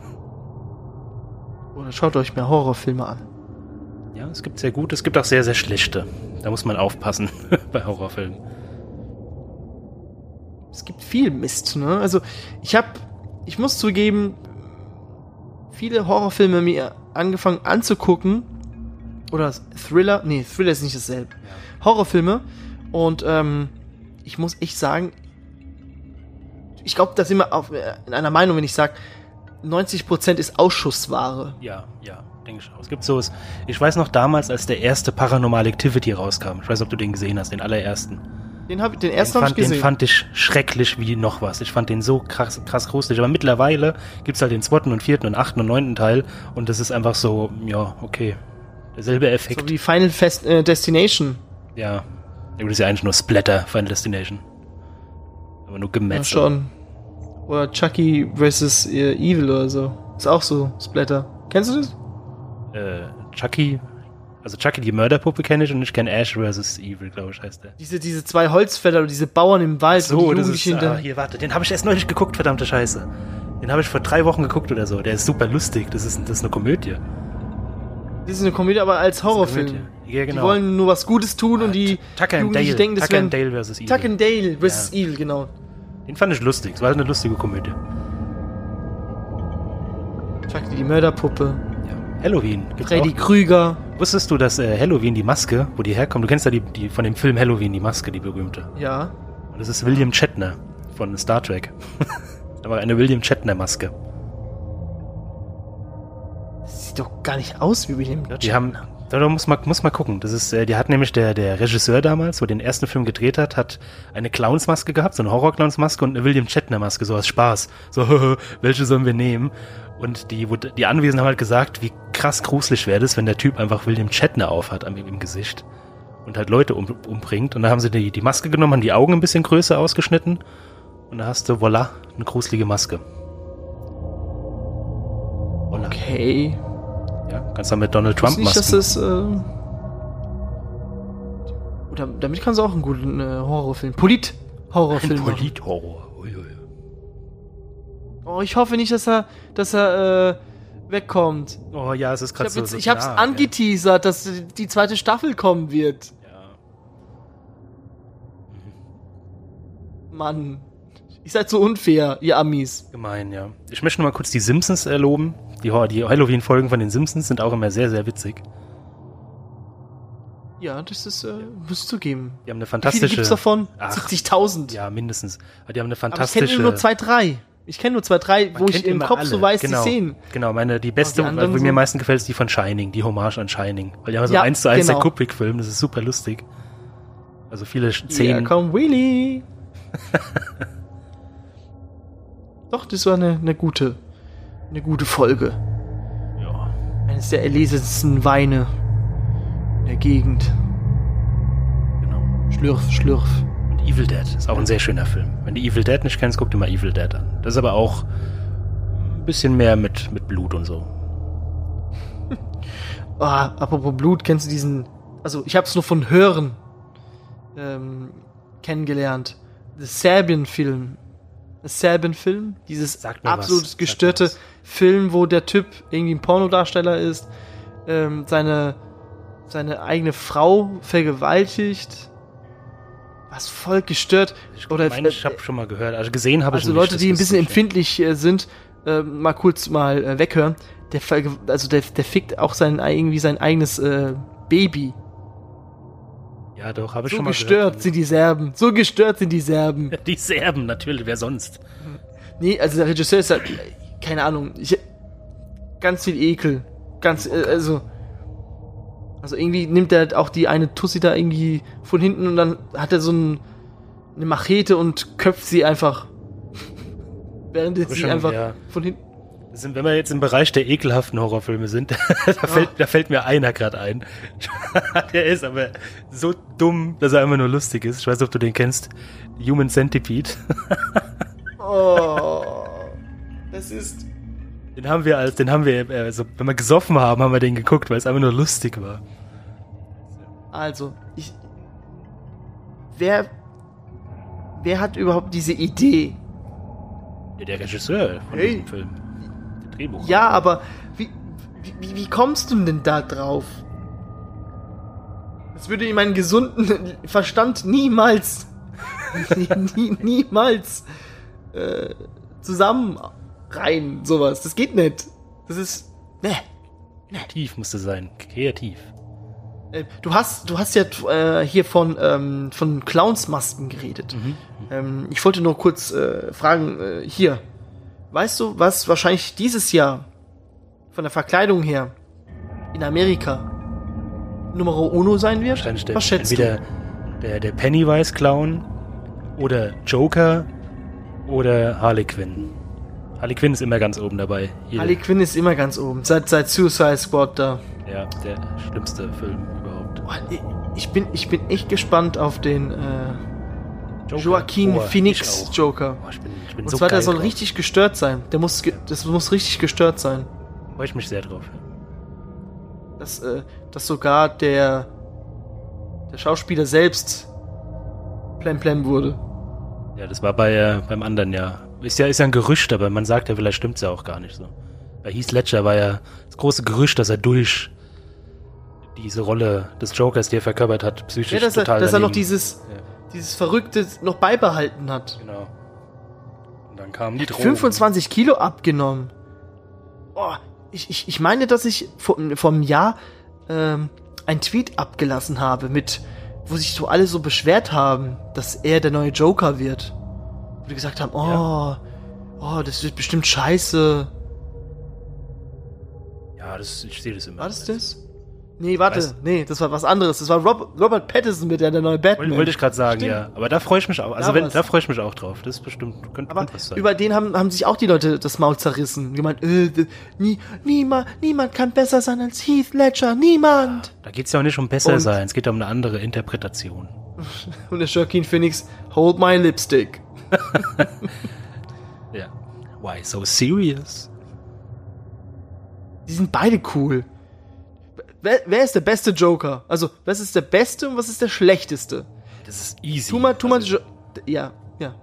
Oder schaut euch mehr Horrorfilme an. Ja, es gibt sehr gute, es gibt auch sehr, sehr schlechte. Da muss man aufpassen bei Horrorfilmen. Es gibt viel Mist, ne? Also, ich muss zugeben, viele Horrorfilme mir angefangen anzugucken. Oder Thriller ist nicht dasselbe. Ja. Horrorfilme. Und, ich muss echt sagen, ich glaube, da sind wir in einer Meinung, wenn ich sage, 90% ist Ausschussware. Ja, denke ich auch. Es gibt so, ich weiß noch damals, als der erste Paranormal Activity rauskam. Ich weiß nicht, ob du den gesehen hast, den allerersten. Den ersten habe ich gesehen. Den fand ich schrecklich wie noch was. Ich fand den so krass gruselig. Aber mittlerweile gibt's halt den 2. und 4. und 8. und 9. Teil und das ist einfach so, ja, okay. Derselbe Effekt. So wie Final Destination. Ja. Das ist ja eigentlich nur Splatter, Final Destination. Aber nur Gemetzel. Ja, schon. Oder Chucky vs. Evil oder so. Ist auch so, Splatter. Kennst du das? Chucky, also Chucky die Mörderpuppe kenne ich und ich kenne Ash vs. Evil, glaube ich, heißt der. Diese zwei Holzfäller oder diese Bauern im Wald. So, das ist, hier, warte, den habe ich erst neulich geguckt, verdammte Scheiße. Den habe ich vor 3 Wochen geguckt oder so. Der ist super lustig, das ist eine Komödie. Das ist eine Komödie, aber als Horrorfilm. Ja, genau. Die wollen nur was Gutes tun und die Tucker and Dale. denken, das Tucker and Dale vs. Evil. Tucker and Dale vs. Evil, genau. Den fand ich lustig, es war eine lustige Komödie. Chucky die Mörderpuppe. Ja. Halloween. Freddy Krüger. Wusstest du, dass Halloween, die Maske, wo die herkommt, du kennst ja die von dem Film Halloween, die Maske, die berühmte. Ja. Und das ist William Shatner von Star Trek. Aber eine William Shatner Maske. Das sieht doch gar nicht aus wie William Shatner. Die haben, da muss mal gucken. Das ist, die hat nämlich der Regisseur damals, wo den ersten Film gedreht hat eine Clownsmaske gehabt, so eine Horror-Clownsmaske und eine William Shatner-Maske, so aus Spaß. So, welche sollen wir nehmen? Und die Anwesenden haben halt gesagt, wie krass gruselig wäre das, wenn der Typ einfach William Shatner aufhat im Gesicht und halt Leute umbringt. Und da haben sie die Maske genommen, haben die Augen ein bisschen größer ausgeschnitten und da hast du, voilà, eine gruselige Maske. Voilà. Okay. Ja, kannst du mit Donald Trump nicht, Masken. dass das, oder damit kannst du auch einen guten Horrorfilm. Polit-Horrorfilm machen. Polit-Horror. Oh, ich hoffe nicht, dass er wegkommt. Oh ja, es ist gerade so. Ich hab's angeteasert, dass die zweite Staffel kommen wird. Ja. Mann. Ihr seid so unfair, ihr Amis. Gemein, ja. Ich möchte noch mal kurz die Simpsons loben. Die Halloween-Folgen von den Simpsons sind auch immer sehr, sehr witzig. Ja, das ist, muss ich zugeben. Die haben eine fantastische... Wie viele gibt's davon? Ach, 70.000. Ja, mindestens. Aber die haben eine Aber fantastische... ich kenne nur 2, 3. Ich kenne nur 2, 3, wo ich im Kopf alle. so weiß, genau, die Szenen. Genau, die beste, die weil mir so am meisten gefällt, ist die von Shining, die Hommage an Shining. Weil die haben so Ja, 1:1 genau. der Kubrick-Film, das ist super lustig. Also viele Szenen. Ja, komm, Willy. Doch, das war eine gute Folge. Ja. Eines der erlesensten Weine in der Gegend. Genau. Schlürf, schlürf. Und Evil Dead ist auch ein sehr schöner Film. Wenn du Evil Dead nicht kennst, guck dir mal Evil Dead an. Das ist aber auch ein bisschen mehr mit Blut und so. Apropos Blut, kennst du diesen... Also, ich hab's nur von Hören kennengelernt. The Serbian-Film. Dieses Sagt mir absolut was. gestörte Sagt mir Film, wo der Typ irgendwie ein Pornodarsteller ist, seine eigene Frau vergewaltigt. Was voll gestört. Ich habe schon mal gehört, also gesehen habe ich Also nicht. Leute, die ein bisschen empfindlich sind, mal kurz weghören. Der fickt auch sein eigenes Baby. Ja, doch, habe ich So schon mal gestört gehört. sind die Serben. So gestört sind die Serben. Die Serben, natürlich, wer sonst? Nee, also der Regisseur ist halt, keine Ahnung, ganz viel Ekel. Also irgendwie nimmt er halt auch die eine Tussi da irgendwie von hinten und dann hat er so eine Machete und köpft sie einfach. Während er sie schon, einfach ja. von hinten... Wenn wir jetzt im Bereich der ekelhaften Horrorfilme sind, da fällt mir einer gerade ein. Der ist aber so dumm, dass er immer nur lustig ist. Ich weiß nicht, ob du den kennst. Human Centipede. Oh, das ist... Den haben wir, also, wenn wir gesoffen haben wir den geguckt, weil es einfach nur lustig war. Also, Wer hat überhaupt diese Idee? Ja, der Regisseur von Hey. dem Film. Der Drehbuch. Ja, aber wie kommst du denn da drauf? Das würde in meinen gesunden Verstand niemals niemals zusammenreihen, sowas. Das geht nicht. Das ist... Ne. Kreativ musste sein. Kreativ. Du hast ja hier von Clownsmasken geredet. Ich wollte nur kurz fragen, hier, weißt du, was wahrscheinlich dieses Jahr von der Verkleidung her in Amerika Numero Uno sein wird? Wahrscheinlich Was schätzt du? entweder der Pennywise-Clown oder Joker oder Harley Quinn. Harley Quinn ist immer ganz oben dabei. Hier, Harley Quinn ist immer ganz oben, seit Suicide Squad da. ja, der schlimmste Film überhaupt. Boah, ich bin echt gespannt auf den Joker. Joaquin Oh, Phoenix ich auch. Joker. Oh, ich bin Und so zwar, der geil soll drauf. richtig gestört sein. Das muss richtig gestört sein. Freue ich mich sehr drauf. Dass sogar der Schauspieler selbst Plem wurde. Ja, das war beim anderen, ja. Ist ja ein Gerücht, aber man sagt ja, vielleicht stimmt's ja auch gar nicht so. Bei Heath Ledger war ja das große Gerücht, dass er durch diese Rolle des Jokers, die er verkörpert hat, psychisch Ja, dass er total noch daneben- dieses Verrückte noch beibehalten hat. Genau. Und dann kamen die Drogen. 25 Kilo abgenommen. Oh, ich meine, dass ich vom Jahr ein Tweet abgelassen habe, wo sich so alle so beschwert haben, dass er der neue Joker wird. Wo die gesagt haben, das wird bestimmt scheiße. Ja, ich sehe das immer. War das das? Nee, warte. Was? Nee, das war was anderes. Das war Robert Pattinson mit der neue Batman. Wollte ich gerade sagen, Stimmt. ja. Aber da freue ich mich auch. Also Da war's. da freue ich mich auch drauf. Das ist bestimmt, könnte Aber was sein. über den haben sich auch die Leute das Maul zerrissen. Gemeint, niemand kann besser sein als Heath Ledger. Niemand. Da geht's ja auch nicht um besser Und- sein. Es geht ja um eine andere Interpretation. Und der Joaquin Phoenix, hold my lipstick. Ja. Why so serious? Die sind beide cool. Wer ist der beste Joker? Also, was ist der beste und was ist der schlechteste? Das ist easy. Tu mal, Also, ja.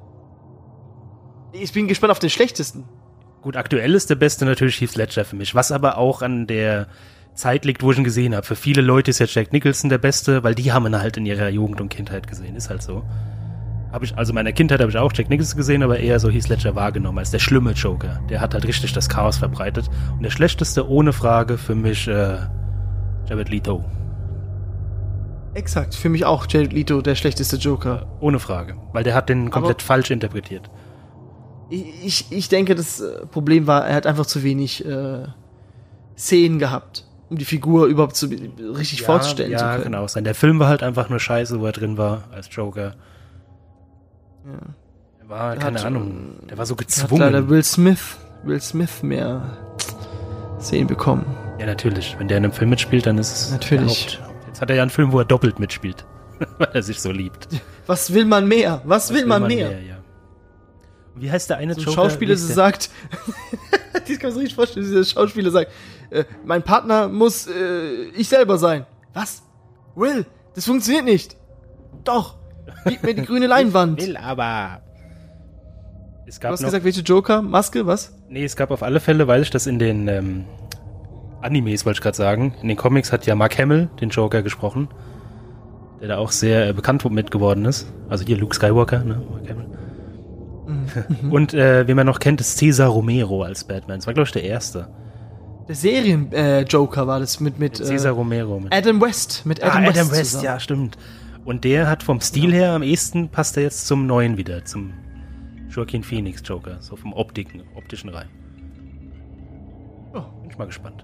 Ich bin gespannt auf den schlechtesten. gut, aktuell ist der Beste natürlich Heath Ledger für mich. Was aber auch an der Zeit liegt, wo ich ihn gesehen habe. Für viele Leute ist ja Jack Nicholson der Beste, weil die haben ihn halt in ihrer Jugend und Kindheit gesehen. Ist halt so. Also in meiner Kindheit habe ich auch Jack Nicholson gesehen, aber eher so Heath Ledger wahrgenommen als der schlimme Joker. Der hat halt richtig das Chaos verbreitet. Und der schlechteste, ohne Frage, für mich Jared Leto. Exakt, für mich auch Jared Leto der schlechteste Joker. Ohne Frage. Weil der hat den komplett falsch interpretiert. Ich denke, das Problem war, er hat einfach zu wenig Szenen gehabt, um die Figur überhaupt richtig vorzustellen zu ja, können. genau. Der Film war halt einfach nur scheiße, wo er drin war als Joker. Ja. Er war, Er keine hat, Ahnung, der war so Hat gezwungen. leider Will Smith mehr Szenen bekommen. Ja, natürlich. Wenn der in einem Film mitspielt, dann ist es Natürlich. der Haupt. Jetzt hat er ja einen Film, wo er doppelt mitspielt. Weil er sich so liebt. Was will man mehr? Was will man mehr? Ja. Wie heißt der eine So ein Joker? Schauspieler Wie ist der? sagt, das kann man sich richtig vorstellen, dieser Schauspieler sagt, mein Partner muss ich selber sein. Was? Will, das funktioniert nicht. Doch, gib mir die grüne Leinwand. Will aber. Es Du gab hast noch, gesagt, welche Joker? Maske, was? nee, es gab auf alle Fälle, weil ich das in den Animes, wollte ich gerade sagen, in den Comics hat ja Mark Hamill den Joker gesprochen, der da auch sehr bekannt mit geworden ist. Also hier Luke Skywalker, ne? Mark Hamill. Und wen man noch kennt, ist Cesar Romero als Batman. Das war, glaube ich, der erste. Der Serien-Joker war das mit Cesar Romero. Adam West. Mit Adam West zusammen. ja, stimmt. Und der hat vom Stil her am ehesten, passt er jetzt zum neuen wieder, zum Joaquin Phoenix Joker, so vom optischen rein. Oh, bin ich mal gespannt.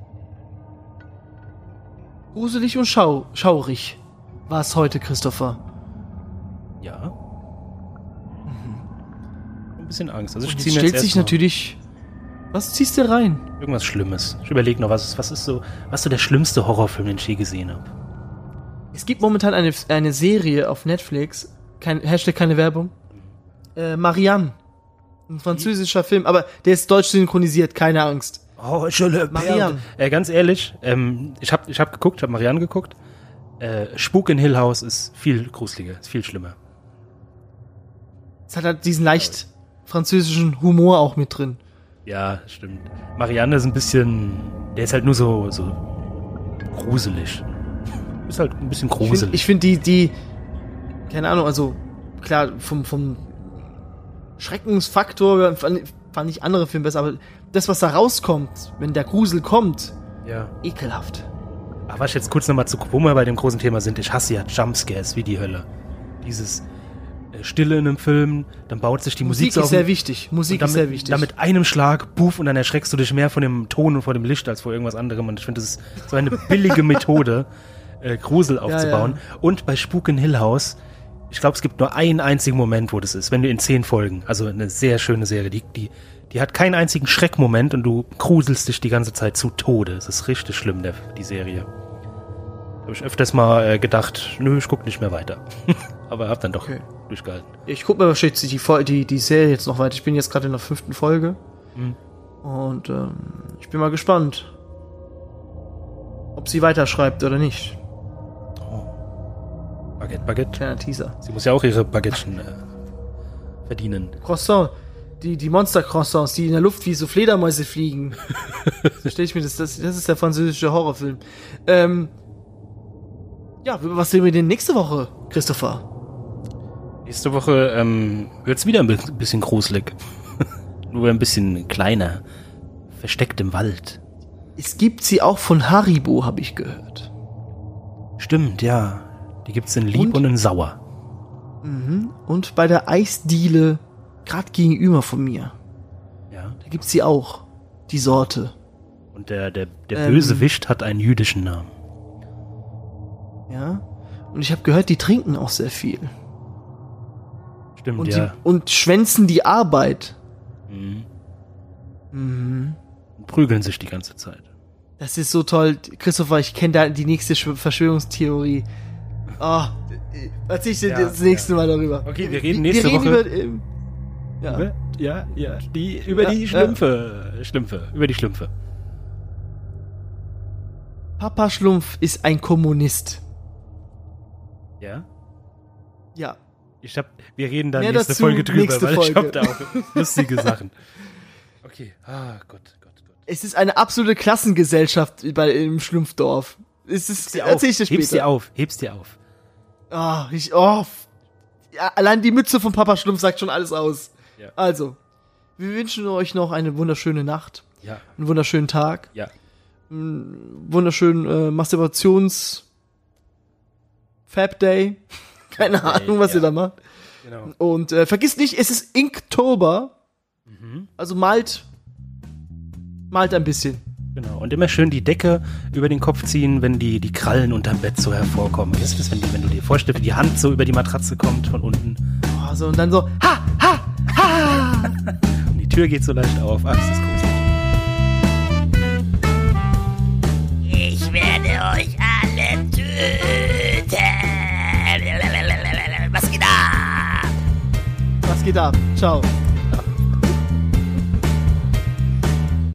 Gruselig und schaurig war es heute, Christopher. Ja. Ein bisschen Angst. Also ich Und ziehe jetzt mir stellt sich erstmal natürlich... Was ziehst du rein? irgendwas Schlimmes. Ich überlege noch, was ist so der schlimmste Horrorfilm, den ich je gesehen habe. Es gibt momentan eine Serie auf Netflix, Hashtag keine Werbung, Marianne. Ein französischer Film, aber der ist deutsch synchronisiert, keine Angst. Oh, Marianne. Ganz ehrlich, ich hab geguckt, habe Marianne geguckt. Spuk in Hill House ist viel gruseliger, ist viel schlimmer. Es hat halt diesen leicht französischen Humor auch mit drin. Ja, stimmt. Marianne ist ein bisschen, der ist halt nur so gruselig. Ist halt ein bisschen gruselig. Ich finde die, keine Ahnung, also klar, vom Schreckensfaktor fand ich andere Filme besser, aber das, was da rauskommt, wenn der Grusel kommt, ja. Ekelhaft. Aber was jetzt kurz nochmal wo wir bei dem großen Thema sind, ich hasse ja Jumpscares wie die Hölle. Dieses Stille in einem Film, dann baut sich die Musik ist sehr wichtig. Musik ist sehr wichtig. Dann mit einem Schlag, puff, und dann erschreckst du dich mehr von dem Ton und vor dem Licht als vor irgendwas anderem. Und ich finde, das ist so eine billige Methode, Grusel aufzubauen. Ja. Und bei Spuk in Hill House, ich glaube, es gibt nur einen einzigen Moment, wo das ist, wenn du in 10 Folgen, also eine sehr schöne Serie, die hat keinen einzigen Schreckmoment und du gruselst dich die ganze Zeit zu Tode. Es ist richtig schlimm, die Serie. Habe ich öfters mal gedacht, nö, ich guck nicht mehr weiter. Aber hab dann doch durchgehalten. Ich guck mir wahrscheinlich die Serie jetzt noch weiter. Ich bin jetzt gerade in der 5. Folge. Und ich bin mal gespannt, ob sie weiterschreibt oder nicht. Oh. Baguette. Kleiner Teaser. Sie muss ja auch ihre Baguettchen verdienen. Croissant. Die Monster-Croissants, die in der Luft wie so Fledermäuse fliegen. So stelle ich mir das ist der französische Horrorfilm. Ja, was sehen wir denn nächste Woche, Christopher? Nächste Woche wird's wieder ein bisschen gruselig. Nur ein bisschen kleiner. Versteckt im Wald. Es gibt sie auch von Haribo, habe ich gehört. Stimmt, ja. Die gibt's in Lieb und in Sauer. Und bei der Eisdiele gerade gegenüber von mir. Ja. Da gibt's sie auch. Die Sorte. Und der Bösewicht hat einen jüdischen Namen. Ja. Und ich habe gehört, die trinken auch sehr viel. Stimmt, und ja. Und schwänzen die Arbeit. Und prügeln sich die ganze Zeit. Das ist so toll. Christopher, ich kenne da die nächste Verschwörungstheorie. Oh, erzähl ich dir das nächste Mal darüber. Okay, wir reden nächste Woche über die Schlümpfe. Papa Schlumpf ist ein Kommunist. Ja? Ja. Wir reden da nächste Folge drüber, weil ich hab da auch lustige Sachen. Okay. Ah, Gott. Es ist eine absolute Klassengesellschaft im Schlumpfdorf. Erzähl ich dir später. Heb's dir auf. Ja, allein die Mütze von Papa Schlumpf sagt schon alles aus. Ja. Also, wir wünschen euch noch eine wunderschöne Nacht. Ja. Einen wunderschönen Tag. Ja. Einen wunderschönen Fab Day. Keine Ahnung, was ihr da macht. Genau. Und vergiss nicht, es ist Inktober. Also malt ein bisschen. Genau. Und immer schön die Decke über den Kopf ziehen, wenn die Krallen unterm Bett so hervorkommen. Das ist, wenn du dir vorstellst, wie die Hand so über die Matratze kommt von unten. Oh, so, und dann so, ha! Und die Tür geht so leicht auf. Ach, das ist gruselig. Ich werde euch alle töten. Was geht ab? Was geht ab? Ciao.